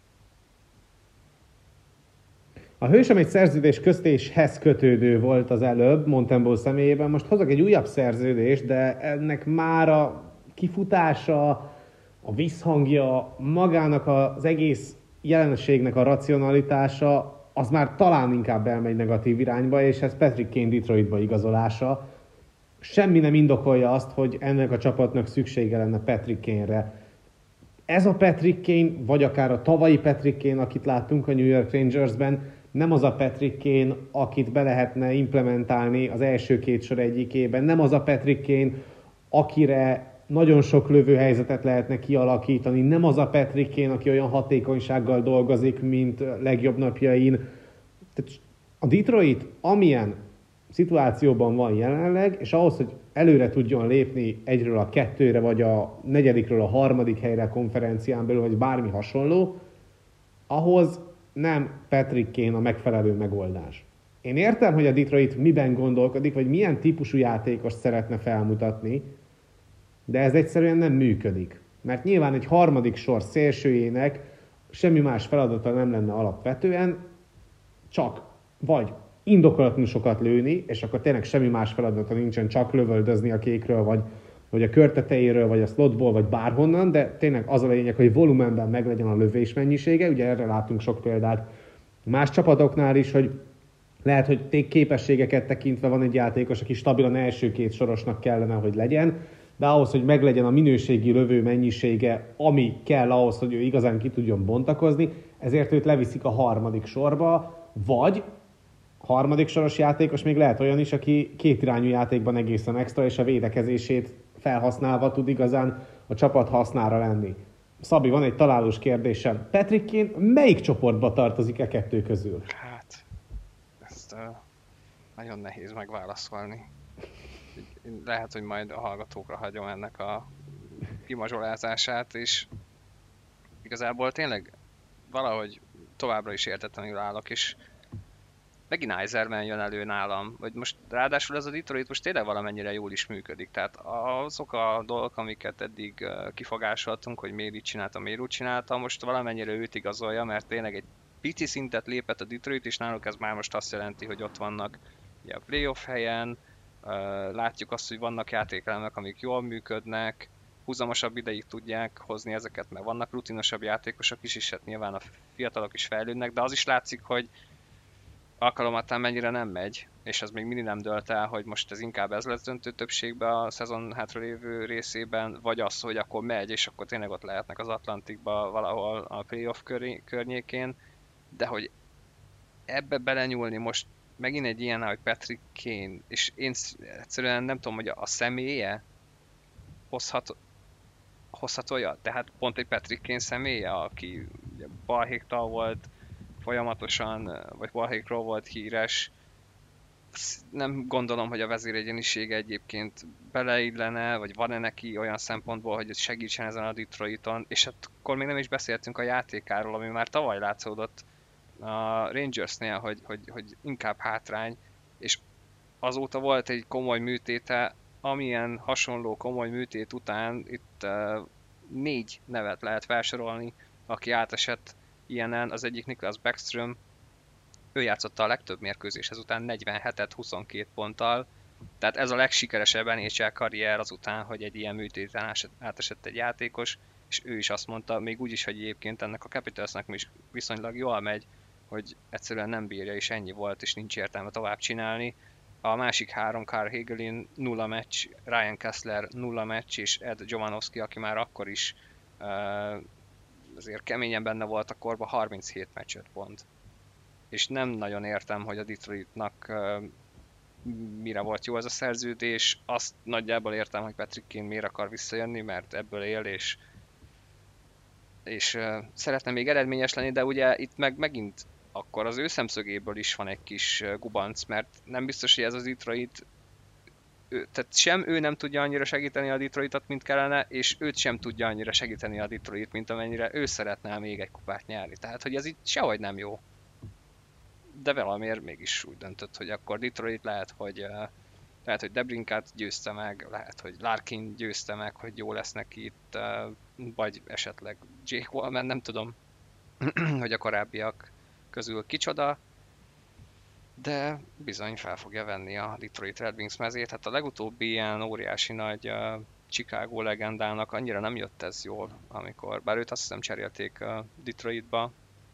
S3: A hősöm egy szerződés köztéshez kötődő volt az előbb, Montembeaut személyében. Most hozok egy újabb szerződést, de ennek már a kifutása, a visszhangja, magának az egész jelenségnek a racionalitása, az már talán inkább elmegy negatív irányba, és ez Patrick Kane Detroitba igazolása. Semmi nem indokolja azt, hogy ennek a csapatnak szüksége lenne Patrick Kane-re. Ez a Patrick Kane, vagy akár a tavalyi Patrick Kane, akit láttunk a New York Rangersben, nem az a Patrick Kane, akit be lehetne implementálni az első két sor egyikében. Nem az a Patrick Kane, akire nagyon sok lövőhelyzetet lehetne kialakítani. Nem az a Patrick Kane, aki olyan hatékonysággal dolgozik, mint legjobb napjain. Tehát a Detroit amilyen szituációban van jelenleg, és ahhoz, hogy előre tudjon lépni egyről a kettőre, vagy a negyedikről a harmadik helyre a konferencián belül, vagy bármi hasonló, ahhoz nem Patrick Kane a megfelelő megoldás. Én értem, hogy a Detroit miben gondolkodik, vagy milyen típusú játékost szeretne felmutatni, de ez egyszerűen nem működik. Mert nyilván egy harmadik sor szélsőjének semmi más feladata nem lenne alapvetően, csak vagy indokolatlanul sokat lőni, és akkor tényleg semmi más feladata nincsen, csak lövöldözni a kékről, vagy, vagy a kör tetejéről, vagy a slotból, vagy bárhonnan, de tényleg az a lényeg, hogy volumenben meglegyen a lövés mennyisége. Ugye erre látunk sok példát más csapatoknál is, hogy lehet, hogy képességeket tekintve van egy játékos, aki stabilan első két sorosnak kellene, hogy legyen, de ahhoz, hogy meglegyen a minőségi lövő mennyisége, ami kell ahhoz, hogy ő igazán ki tudjon bontakozni, ezért őt leviszik a harmadik sorba, vagy harmadik soros játékos még lehet olyan is, aki kétirányú játékban egészen extra, és a védekezését felhasználva tud igazán a csapat hasznára lenni. Szabi, van egy találós kérdésem. Patrick Kane melyik csoportba tartozik e kettő közül?
S4: Hát, ezt uh, nagyon nehéz megválaszolni. Lehet, hogy majd a hallgatókra hagyom ennek a kimazsolázását, és igazából tényleg valahogy továbbra is értetlenül állok, és megint Eiserman jön elő nálam, vagy most ráadásul ez a Detroit most tényleg valamennyire jól is működik, tehát azok a dolgok, amiket eddig kifogásoltunk, hogy miért így csinálta, miért úgy csinálta, most valamennyire őt igazolja, mert tényleg egy pici szintet lépett a Detroit, és náluk ez már most azt jelenti, hogy ott vannak ugye, a playoff helyen, látjuk azt, hogy vannak játékelemek, amik jól működnek, húzamosabb ideig tudják hozni ezeket, mert vannak rutinosabb játékosok is, és hát nyilván a fiatalok is fejlődnek, de az is látszik, hogy alkalomattán mennyire nem megy, és az még mindig nem dölt el, hogy most ez inkább ez lesz döntő többségben a szezon hátralévő részében, vagy az, hogy akkor megy, és akkor tényleg ott lehetnek az Atlantikba valahol a playoff környékén, de hogy ebbe belenyúlni most megint egy ilyen, hogy Patrick Kane, és én egyszerűen nem tudom, hogy a személye hozhat, hozhat olyat, tehát pont egy Patrick Kane személye, aki ugye balhéktal volt, folyamatosan, vagy balhékról volt híres. Nem gondolom, hogy a vezéregyenisége egyébként beleillene, vagy van-e neki olyan szempontból, hogy segítsen ezen a Detroiton, és hát akkor még nem is beszéltünk a játékáról, ami már tavaly látszódott a Rangersnél, hogy, hogy, hogy inkább hátrány, és azóta volt egy komoly műtéte, amilyen hasonló komoly műtét után itt uh, négy nevet lehet felsorolni, aki átesett ilyenen, az egyik Niklas Backstrom, ő játszotta a legtöbb mérkőzés ezután negyvenhetet huszonkét ponttal, tehát ez a legsikeresebb en há el karrier azután, hogy egy ilyen műtéten átesett egy játékos, és ő is azt mondta, még úgy is, hogy egyébként ennek a Capitalsnak is viszonylag jól megy, hogy egyszerűen nem bírja, és ennyi volt, és nincs értelme tovább csinálni. A másik három, Carl Hagelin nulla meccs, Ryan Kessler nulla meccs, és Ed Jovanovski, aki már akkor is uh, azért keményen benne volt a korban, harminchét meccs öt pont. És nem nagyon értem, hogy a Detroitnak uh, mire volt jó ez a szerződés. Azt nagyjából értem, hogy Patrick Kane miért akar visszajönni, mert ebből él, és, és uh, szeretne még eredményes lenni, de ugye itt meg megint akkor az ő szemszögéből is van egy kis gubanc, mert nem biztos, hogy ez az Detroit, ő, tehát sem ő nem tudja annyira segíteni a Detroitot, mint kellene, és őt sem tudja annyira segíteni a Detroit, mint amennyire ő szeretne még egy kupát nyerni. Tehát, hogy ez itt sehogy nem jó. De valamiért mégis úgy döntött, hogy akkor Detroit lehet, hogy lehet, hogy Debrinkát győzte meg, lehet, hogy Larkin győzte meg, hogy jó lesz neki itt, vagy esetleg Jake Wallman, nem tudom, hogy a korábbiak közül kicsoda, de bizony fel fogja venni a Detroit Red Wings mezét. Hát a legutóbbi ilyen óriási nagy uh, Chicago legendának annyira nem jött ez jól, amikor, bár őt azt hiszem cserélték uh, Detroitba,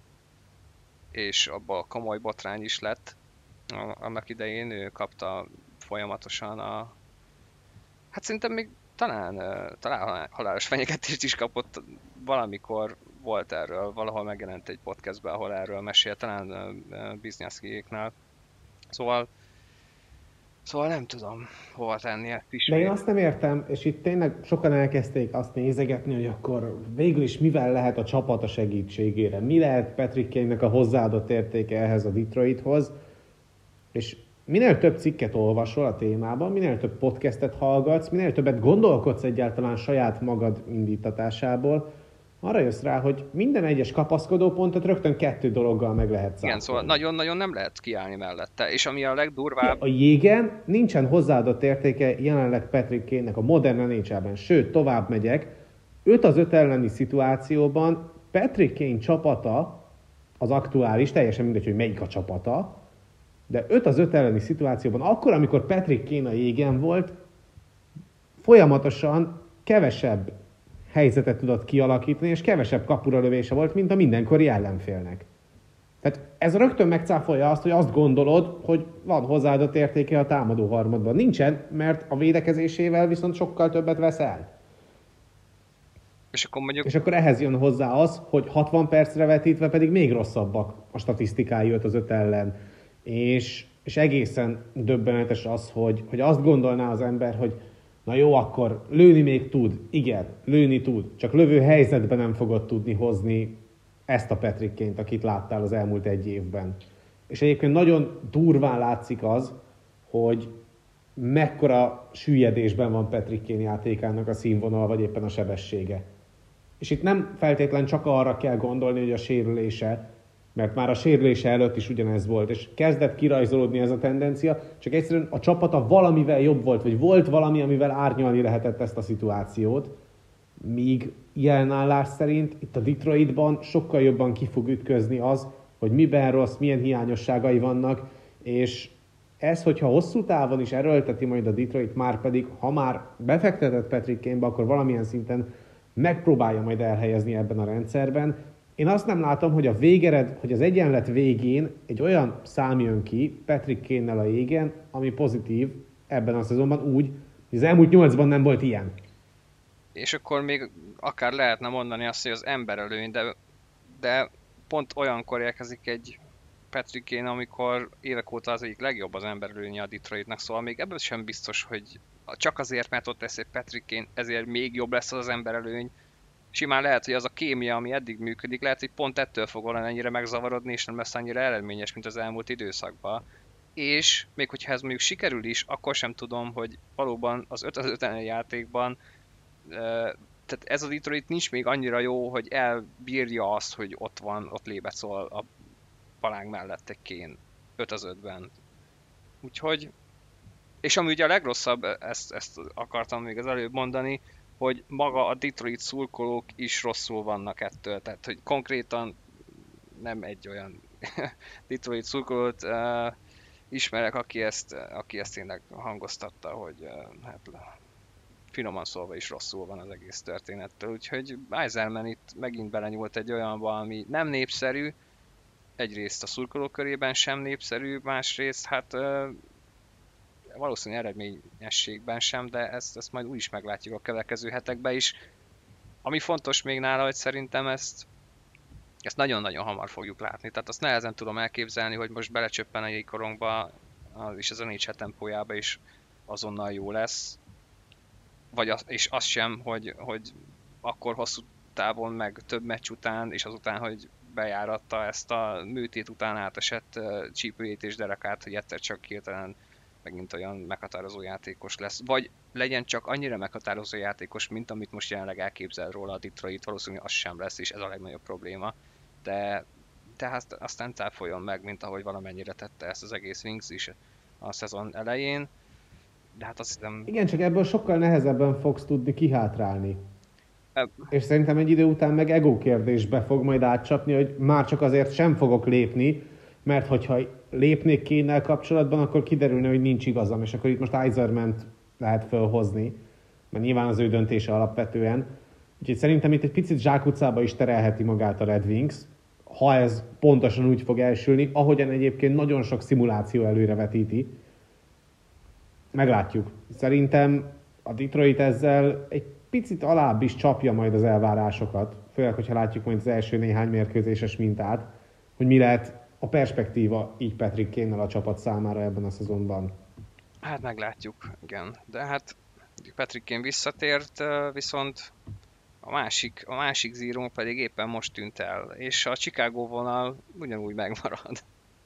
S4: és abban komoly botrány is lett. Uh, annak idején ő kapta folyamatosan a... Hát szerintem még talán, uh, talán halálos fenyegetést is kapott valamikor. Volt erről, valahol megjelent egy podcastben, ahol erről mesél, talán uh, Biznyaszkijéknál. Szóval, szóval nem tudom, hova tenni ezt is.
S3: De én azt nem értem, és itt tényleg sokan elkezdték azt nézegetni, hogy akkor végül is mivel lehet a csapat a segítségére, mi lehet Patrick Kane-nek a hozzáadott értéke ehhez a Detroithoz, és minél több cikket olvasol a témában, minél több podcastet hallgatsz, minél többet gondolkodsz egyáltalán saját magad indítatásából, arra jössz rá, hogy minden egyes kapaszkodó pontot rögtön kettő dologgal meg lehet szállni.
S4: Igen, szóval nagyon-nagyon nem lehet kiállni mellette, és ami a legdurvább...
S3: A jégen nincsen hozzáadott értéke jelenleg Patrick Kane-nek a modern en há el-ben, sőt, tovább megyek, öt az öt elleni szituációban Patrick Kane csapata, az aktuális, teljesen mindegy, hogy melyik a csapata, de öt az öt elleni szituációban, akkor, amikor Patrick Kane a jégen volt, folyamatosan kevesebb helyzetet tudott kialakítani, és kevesebb kapura lövése volt, mint a mindenkori ellenfélnek. Tehát ez rögtön megcáfolja azt, hogy azt gondolod, hogy van hozzáadott értéke a támadó harmadban. Nincsen, mert a védekezésével viszont sokkal többet vesz el.
S4: És akkor mondjuk...
S3: És akkor ehhez jön hozzá az, hogy hatvan percre vetítve pedig még rosszabbak a statisztikái öt az öt ellen. És, és egészen döbbenetes az, hogy, hogy azt gondolná az ember, hogy na jó, akkor lőni még tud. Igen, lőni tud. Csak lövő helyzetben nem fogod tudni hozni ezt a Patrick Kane-t, akit láttál az elmúlt egy évben. És egyébként nagyon durván látszik az, hogy mekkora süllyedésben van Patrick Kane játékának a színvonal, vagy éppen a sebessége. És itt nem feltétlen csak arra kell gondolni, hogy a sérülése, mert már a sérülése előtt is ugyanez volt, és kezdett kirajzolódni ez a tendencia, csak egyszerűen a csapata valamivel jobb volt, vagy volt valami, amivel árnyalni lehetett ezt a szituációt, míg jelen állás szerint itt a Detroitban sokkal jobban ki fog ütközni az, hogy miben rossz, milyen hiányosságai vannak, és ez, hogyha hosszú távon is erőlteti majd a Detroit, már pedig, ha már befektetett Patrick Kane-be, akkor valamilyen szinten megpróbálja majd elhelyezni ebben a rendszerben. Én azt nem látom, hogy a végered, hogy az egyenlet végén egy olyan szám jön ki Patrick Kane-nel a jégen, ami pozitív ebben a szezonban úgy, hogy az elmúlt nyolcban nem volt ilyen.
S4: És akkor még akár lehetne mondani azt, hogy az emberelőny, de, de pont olyankor érkezik egy Patrick Kane, amikor évek óta az egyik legjobb az emberelőnye a Detroitnak, szóval még ebből sem biztos, hogy csak azért, mert ott lesz egy Patrick Kane, ezért még jobb lesz az az emberelőny. Simán lehet, hogy az a kémia, ami eddig működik, lehet, hogy pont ettől fog valami ennyire megzavarodni, és nem lesz annyira eredményes, mint az elmúlt időszakban. És még hogyha ez mondjuk sikerül is, akkor sem tudom, hogy valóban az öt az öt játékban tehát ez a Detroit nincs még annyira jó, hogy elbírja azt, hogy ott van, ott lébecol a palánk mellett egy Kane öt az ötben. Úgyhogy, és ami ugye a legrosszabb, ezt, ezt akartam még az előbb mondani, hogy maga a Detroit szurkolók is rosszul vannak ettől, tehát hogy konkrétan nem egy olyan Detroit szurkolót uh, ismerek, aki ezt, aki ezt tényleg hangoztatta, hogy uh, hát finoman szólva is rosszul van az egész történettől, úgyhogy Yzerman itt megint belenyúlt egy olyanba, ami nem népszerű, egyrészt a szurkolók körében sem népszerű, másrészt hát uh, valószínűleg eredményességben sem, de ezt, ezt majd úgyis meglátjuk a következő hetekben is. Ami fontos még nála, hogy szerintem ezt, ezt nagyon-nagyon hamar fogjuk látni, tehát azt nehezen tudom elképzelni, hogy most belecsöppen a jégkorongba, és az en há el tempójába is azonnal jó lesz. Vagy az, és az sem, hogy, hogy akkor hosszú távon, meg több meccs után, és azután, hogy bejáratta ezt a műtét után átesett uh, csípőjét és derekát, hogy egyszer csak hirtelen megint olyan meghatározó játékos lesz. Vagy legyen csak annyira meghatározó játékos, mint amit most jelenleg elképzel róla a Detroit, valószínűleg az sem lesz, és ez a legnagyobb probléma. De tehát aztán cáfoljon meg, mint ahogy valamennyire tette ezt az egész Wings is a szezon elején. De hát azt hiszem...
S3: Igen, csak ebből sokkal nehezebben fogsz tudni kihátrálni. Ebb. És szerintem egy idő után meg ego kérdésbe fog majd átcsapni, hogy már csak azért sem fogok lépni, mert hogyha lépnék Kane-nel kapcsolatban, akkor kiderülne, hogy nincs igazam, és akkor itt most Yzermant lehet fölhozni, mert nyilván az ő döntése alapvetően. Úgyhogy szerintem itt egy picit zsákutcába is terelheti magát a Red Wings, ha ez pontosan úgy fog elsülni, ahogyan egyébként nagyon sok szimuláció előrevetíti. Meglátjuk. Szerintem a Detroit ezzel egy picit alább is csapja majd az elvárásokat, főleg, hogyha látjuk majd az első néhány mérkőzéses mintát, hogy mi lehet a perspektíva így Patrick Kane-nel a csapat számára ebben a szezonban.
S4: Hát meglátjuk, igen. De hát Patrick Kane visszatért, viszont a másik, a másik zíró pedig éppen most tűnt el, és a Chicago vonal ugyanúgy megmarad.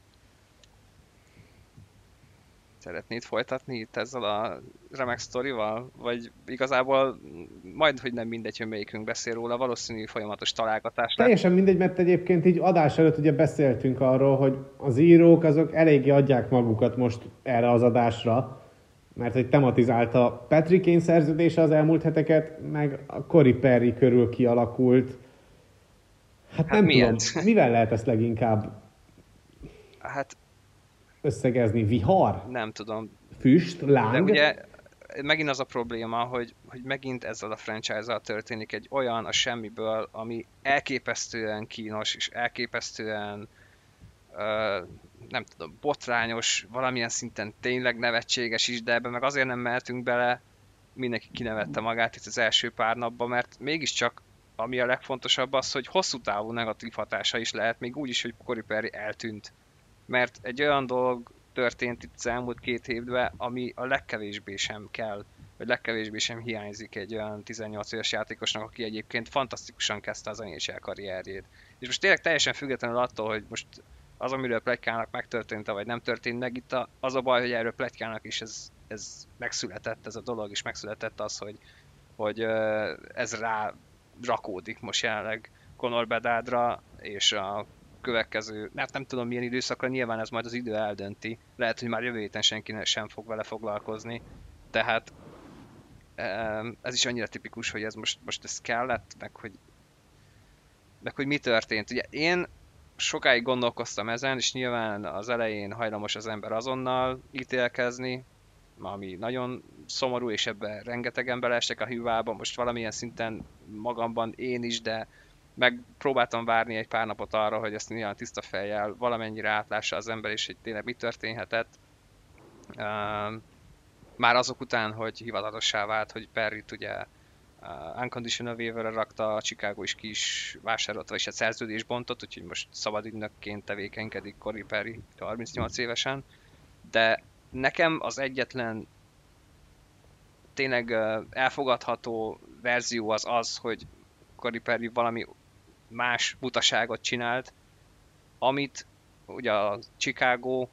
S4: Szeretnéd folytatni itt ezzel a remek sztorival? Vagy igazából majd, hogy nem mindegy, hogy melyikünk beszél róla, valószínű folyamatos találgatás.
S3: Teljesen mindegy, mert egyébként így adás előtt ugye beszéltünk arról, hogy az írók azok eléggé adják magukat most erre az adásra, mert hogy tematizálta Patrick Kane szerződése az elmúlt heteket, meg a Corey Perry körül kialakult. Hát, hát nem miért? Tudom, mivel lehet ezt leginkább
S4: hát
S3: összegezni? Vihar?
S4: Nem tudom.
S3: Füst? Láng?
S4: De ugye megint az a probléma, hogy, hogy megint ezzel a franchise-zal történik egy olyan a semmiből, ami elképesztően kínos és elképesztően uh, nem tudom, botrányos, valamilyen szinten tényleg nevetséges is, de ebben meg azért nem mehetünk bele, mindenki kinevette magát itt az első pár napban, mert mégiscsak ami a legfontosabb az, hogy hosszú távú negatív hatása is lehet, még úgy is, hogy Corey Perry eltűnt. Mert egy olyan dolog történt itt az elmúlt két évben, ami a legkevésbé sem kell, vagy legkevésbé sem hiányzik egy olyan tizennyolc éves játékosnak, aki egyébként fantasztikusan kezdte az en há el karrierjét. És most tényleg teljesen függetlenül attól, hogy most az, amiről pletykálnak, megtörtént vagy nem történt meg, itt a, az a baj, hogy erről pletykálnak is ez, ez megszületett, ez a dolog is megszületett az, hogy, hogy ez rá rakódik most jelenleg Connor Bedardra, és a következő, hát nem tudom milyen időszakra, nyilván ez majd az idő eldönti. Lehet, hogy már jövő héten senki sem fog vele foglalkozni. Tehát ez is annyira tipikus, hogy ez most, most ez kellett, meg hogy, meg hogy mi történt. Ugye én sokáig gondolkoztam ezen, és nyilván az elején hajlamos az ember azonnal ítélkezni, ami nagyon szomorú, és ebben rengetegen beleestek a hűvába, most valamilyen szinten magamban én is, de megpróbáltam várni egy pár napot arra, hogy ezt nyilván tiszta fejjel valamennyire átlássa az ember, és hogy tényleg mi történhetett. Uh, már azok után, hogy hivatalossá vált, hogy Perryt ugye uh, unconditional waiverre rakta, a Chicago is ki is vásárolt, vagyis egy szerződés bontott, úgyhogy most szabadügynökként tevékenykedik Corey Perry harmincnyolc évesen, de nekem az egyetlen tényleg uh, elfogadható verzió az az, hogy Corey Perry valami más butaságot csinált, amit ugye a Chicago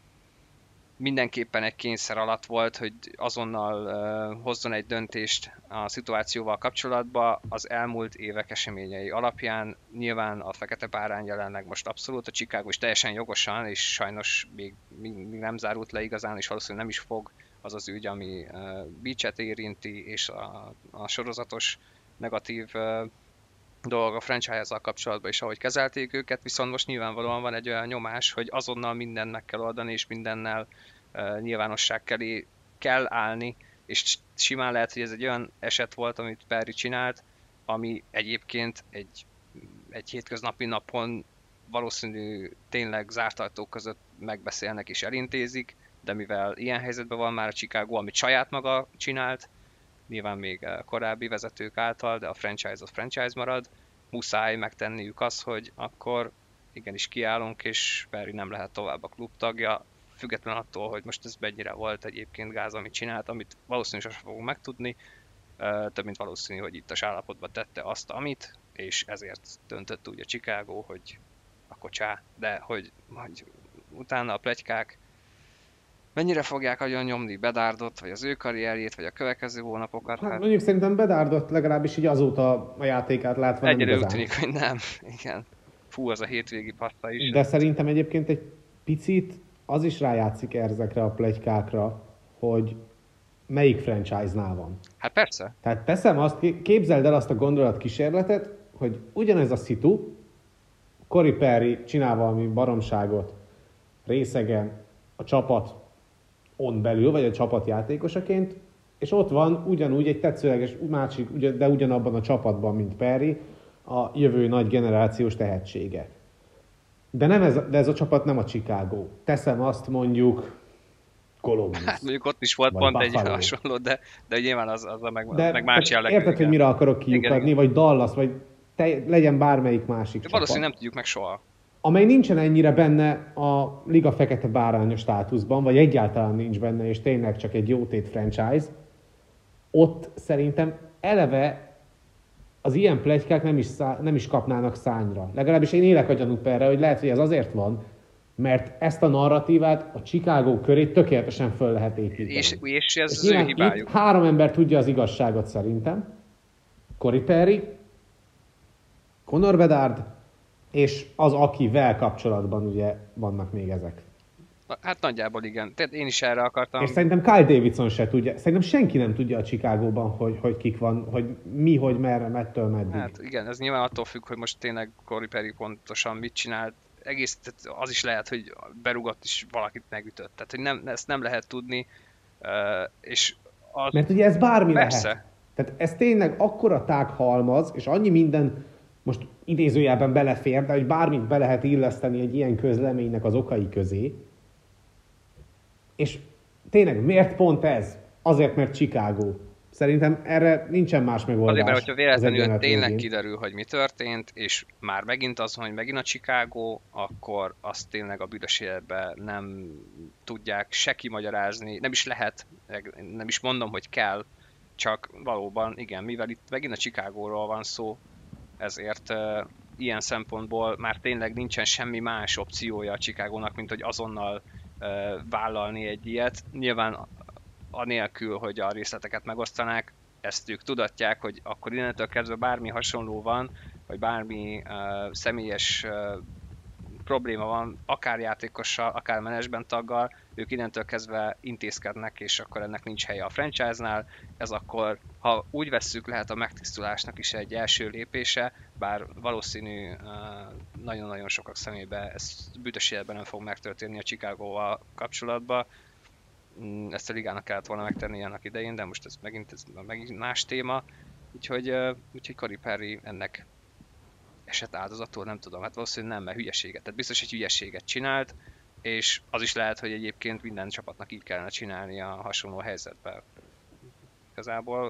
S4: mindenképpen egy kényszer alatt volt, hogy azonnal uh, hozzon egy döntést a szituációval kapcsolatban az elmúlt évek eseményei alapján. Nyilván a fekete bárány jelenleg most abszolút, a Chicago is teljesen jogosan, és sajnos még, még nem zárult le igazán, és valószínűleg nem is fog az az ügy, ami uh, Beach-et érinti, és a, a sorozatos negatív uh, dolog a franchise-zal kapcsolatban is, ahogy kezelték őket, viszont most nyilvánvalóan van egy olyan nyomás, hogy azonnal mindent meg kell oldani, és mindennel uh, nyilvánosság kellé kell állni, és simán lehet, hogy ez egy olyan eset volt, amit Perry csinált, ami egyébként egy, egy hétköznapi napon valószínű tényleg zárt ajtók között megbeszélnek és elintézik, de mivel ilyen helyzetben van már a Chicago, amit saját maga csinált, nyilván még korábbi vezetők által, de a franchise az franchise marad, muszáj megtenniük azt, hogy akkor igenis kiállunk, és Perry nem lehet tovább a klub tagja, független attól, hogy most ez mennyire volt egyébként gáz, amit csinált, amit valószínűleg sosem fogunk megtudni, több mint valószínű, hogy itt a állapotban tette azt, amit, és ezért döntött úgy a Chicago, hogy akkor csá, de hogy, hogy utána a pletykák mennyire fogják agyon nyomni Bedardot, vagy az ő karrierjét, vagy a következő hónapokat?
S3: Hát, hát mondjuk szerintem Bedardot legalábbis így azóta a játékát látva nem
S4: igazán. Egyre úgy tűnik, hogy nem. Igen. Fú, az a hétvégi paszta is.
S3: De szerintem egyébként egy picit az is rájátszik ezekre a pletykákra, hogy melyik franchise-nál van.
S4: Hát persze.
S3: Tehát teszem azt, képzeld el azt a gondolatkísérletet, hogy ugyanez a szitu, Corey Perry csinál valami baromságot részegen a csapat on belül, vagy a csapat játékosaként, és ott van ugyanúgy egy tetszőleges másik, de ugyanabban a csapatban, mint Perry, a jövő nagy generációs tehetsége. De, nem ez, de ez a csapat nem a Chicago. Teszem azt mondjuk Columbus.
S4: Hát mondjuk ott is volt pont Buffalo. Egy hasonló, de, de nyilván az, az a meg,
S3: de,
S4: meg más jellegű.
S3: Érted, hogy mire akarok kiukadni, vagy Dallas, vagy te, legyen bármelyik másik de csapat.
S4: Valószínűleg nem tudjuk meg soha.
S3: Amely nincsen ennyire benne a liga fekete báránya státuszban, vagy egyáltalán nincs benne, és tényleg csak egy jótét franchise, ott szerintem eleve az ilyen pletykák nem is, szá- nem is kapnának szányra. Legalábbis én élek a gyanúbb erre, hogy lehet, hogy ez azért van, mert ezt a narratívát a Chicago köré tökéletesen föl lehet építeni.
S4: És, és ez és az ő hibájuk.
S3: Három ember tudja az igazságot szerintem. Corey Perry, Connor Bedard, és az, akivel kapcsolatban ugye vannak még ezek.
S4: Hát nagyjából igen. Tehát én is erre akartam.
S3: És szerintem Kyle Davidson se tudja. Szerintem senki nem tudja a Chicagóban, hogy, hogy kik van, hogy mi, hogy merre, mettől meddig.
S4: Hát igen, ez nyilván attól függ, hogy most tényleg Corey Perry pontosan mit csinált. Egész, tehát az is lehet, hogy berugott is valakit megütött. Tehát, hogy nem, ezt nem lehet tudni. És az...
S3: Mert ugye ez bármi
S4: Persze.
S3: lehet. Tehát ez tényleg akkora tághalmaz, és annyi minden most idézőjelben belefér, de hogy bármit be lehet illeszteni egy ilyen közleménynek az okai közé. És tényleg miért pont ez? Azért, mert Chicago. Szerintem erre nincsen más megoldás.
S4: Azért, mert hogyha véletlenül tényleg kiderül, hogy mi történt, és már megint az, hogy megint a Chicago, akkor azt tényleg a büdös életben nem tudják se kimagyarázni, nem is lehet, nem is mondom, hogy kell, csak valóban, igen, mivel itt megint a Chicagóról van szó, ezért uh, ilyen szempontból már tényleg nincsen semmi más opciója a Chicagónak, mint hogy azonnal uh, vállalni egy ilyet. Nyilván anélkül, hogy a részleteket megosztanák, ezt ők tudatják, hogy akkor innentől kezdve bármi hasonló van, vagy bármi uh, személyes uh, probléma van, akár játékossal, akár menedzsment taggal, ők innentől kezdve intézkednek, és akkor ennek nincs helye a franchise-nál. Ez akkor, ha úgy vesszük, lehet a megtisztulásnak is egy első lépése, bár valószínű uh, nagyon-nagyon sokak szemébe ez büdös életben nem fog megtörténni a Chicagóval kapcsolatban. Ezt a ligának kellett volna megtenni annak idején, de most ez megint, ez megint más téma. Úgyhogy, uh, úgyhogy Corey Perry ennek esett áldozatul, nem tudom, hát valószínűleg nem, mert hülyeséget. Tehát biztos, hogy hülyeséget csinált, és az is lehet, hogy egyébként minden csapatnak így kellene csinálni a hasonló helyzetben. Igazából...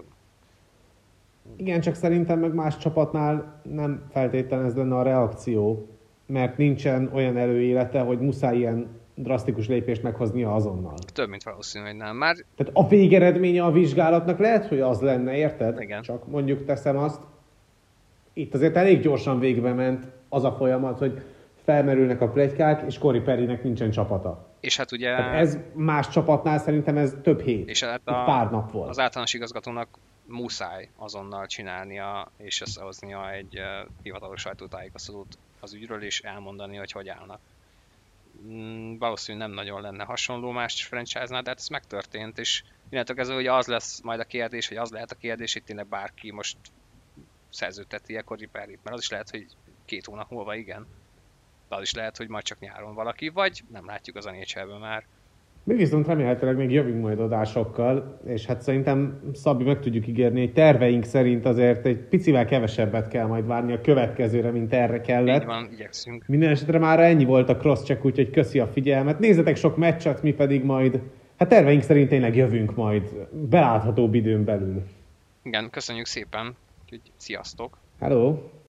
S3: Igen, csak szerintem meg más csapatnál nem feltétlenül ez lenne a reakció, mert nincsen olyan előélete, hogy muszáj ilyen drasztikus lépést meghoznia azonnal.
S4: Több, mint valószínű, hogy nem. Már...
S3: Tehát a végeredménye a vizsgálatnak lehet, hogy az lenne, érted?
S4: Igen.
S3: Csak mondjuk teszem azt, itt azért elég gyorsan végbe ment az a folyamat, hogy felmerülnek a pletykák, és Corey Perrynek nincsen csapata.
S4: És hát ugye...
S3: Tehát ez más csapatnál szerintem ez több hét.
S4: És hát a,
S3: pár nap volt.
S4: Az általános igazgatónak muszáj azonnal csinálnia és összehoznia egy uh, hivatalos sajtótájékoztatót az ügyről, és elmondani, hogy hogy állnak. Mm, valószínűleg nem nagyon lenne hasonló más franchise-nál, de hát ez megtörtént, és innentől kezdve, hogy az lesz majd a kérdés, hogy az lehet a kérdés, hogy tényleg bárki most szerződteti-e Corey Perryt, mert az is lehet, hogy két hónap múlva igen. De az is lehet, hogy majd csak nyáron valaki, vagy nem látjuk az en há el-ben már.
S3: Mi viszont remélhetőleg még jövünk majd adásokkal, és hát szerintem, Szabi, meg tudjuk ígérni, hogy terveink szerint azért egy picivel kevesebbet kell majd várni a következőre, mint erre kellett.
S4: Így van, igyekszünk.
S3: Minden esetre már ennyi volt a crosscheck, úgyhogy köszi a figyelmet. Nézzetek sok meccset, mi pedig majd, hát terveink szerint tényleg jövünk majd beláthatóbb időn belül.
S4: Igen, köszönjük szépen, úgyhogy sziasztok!
S3: Hello!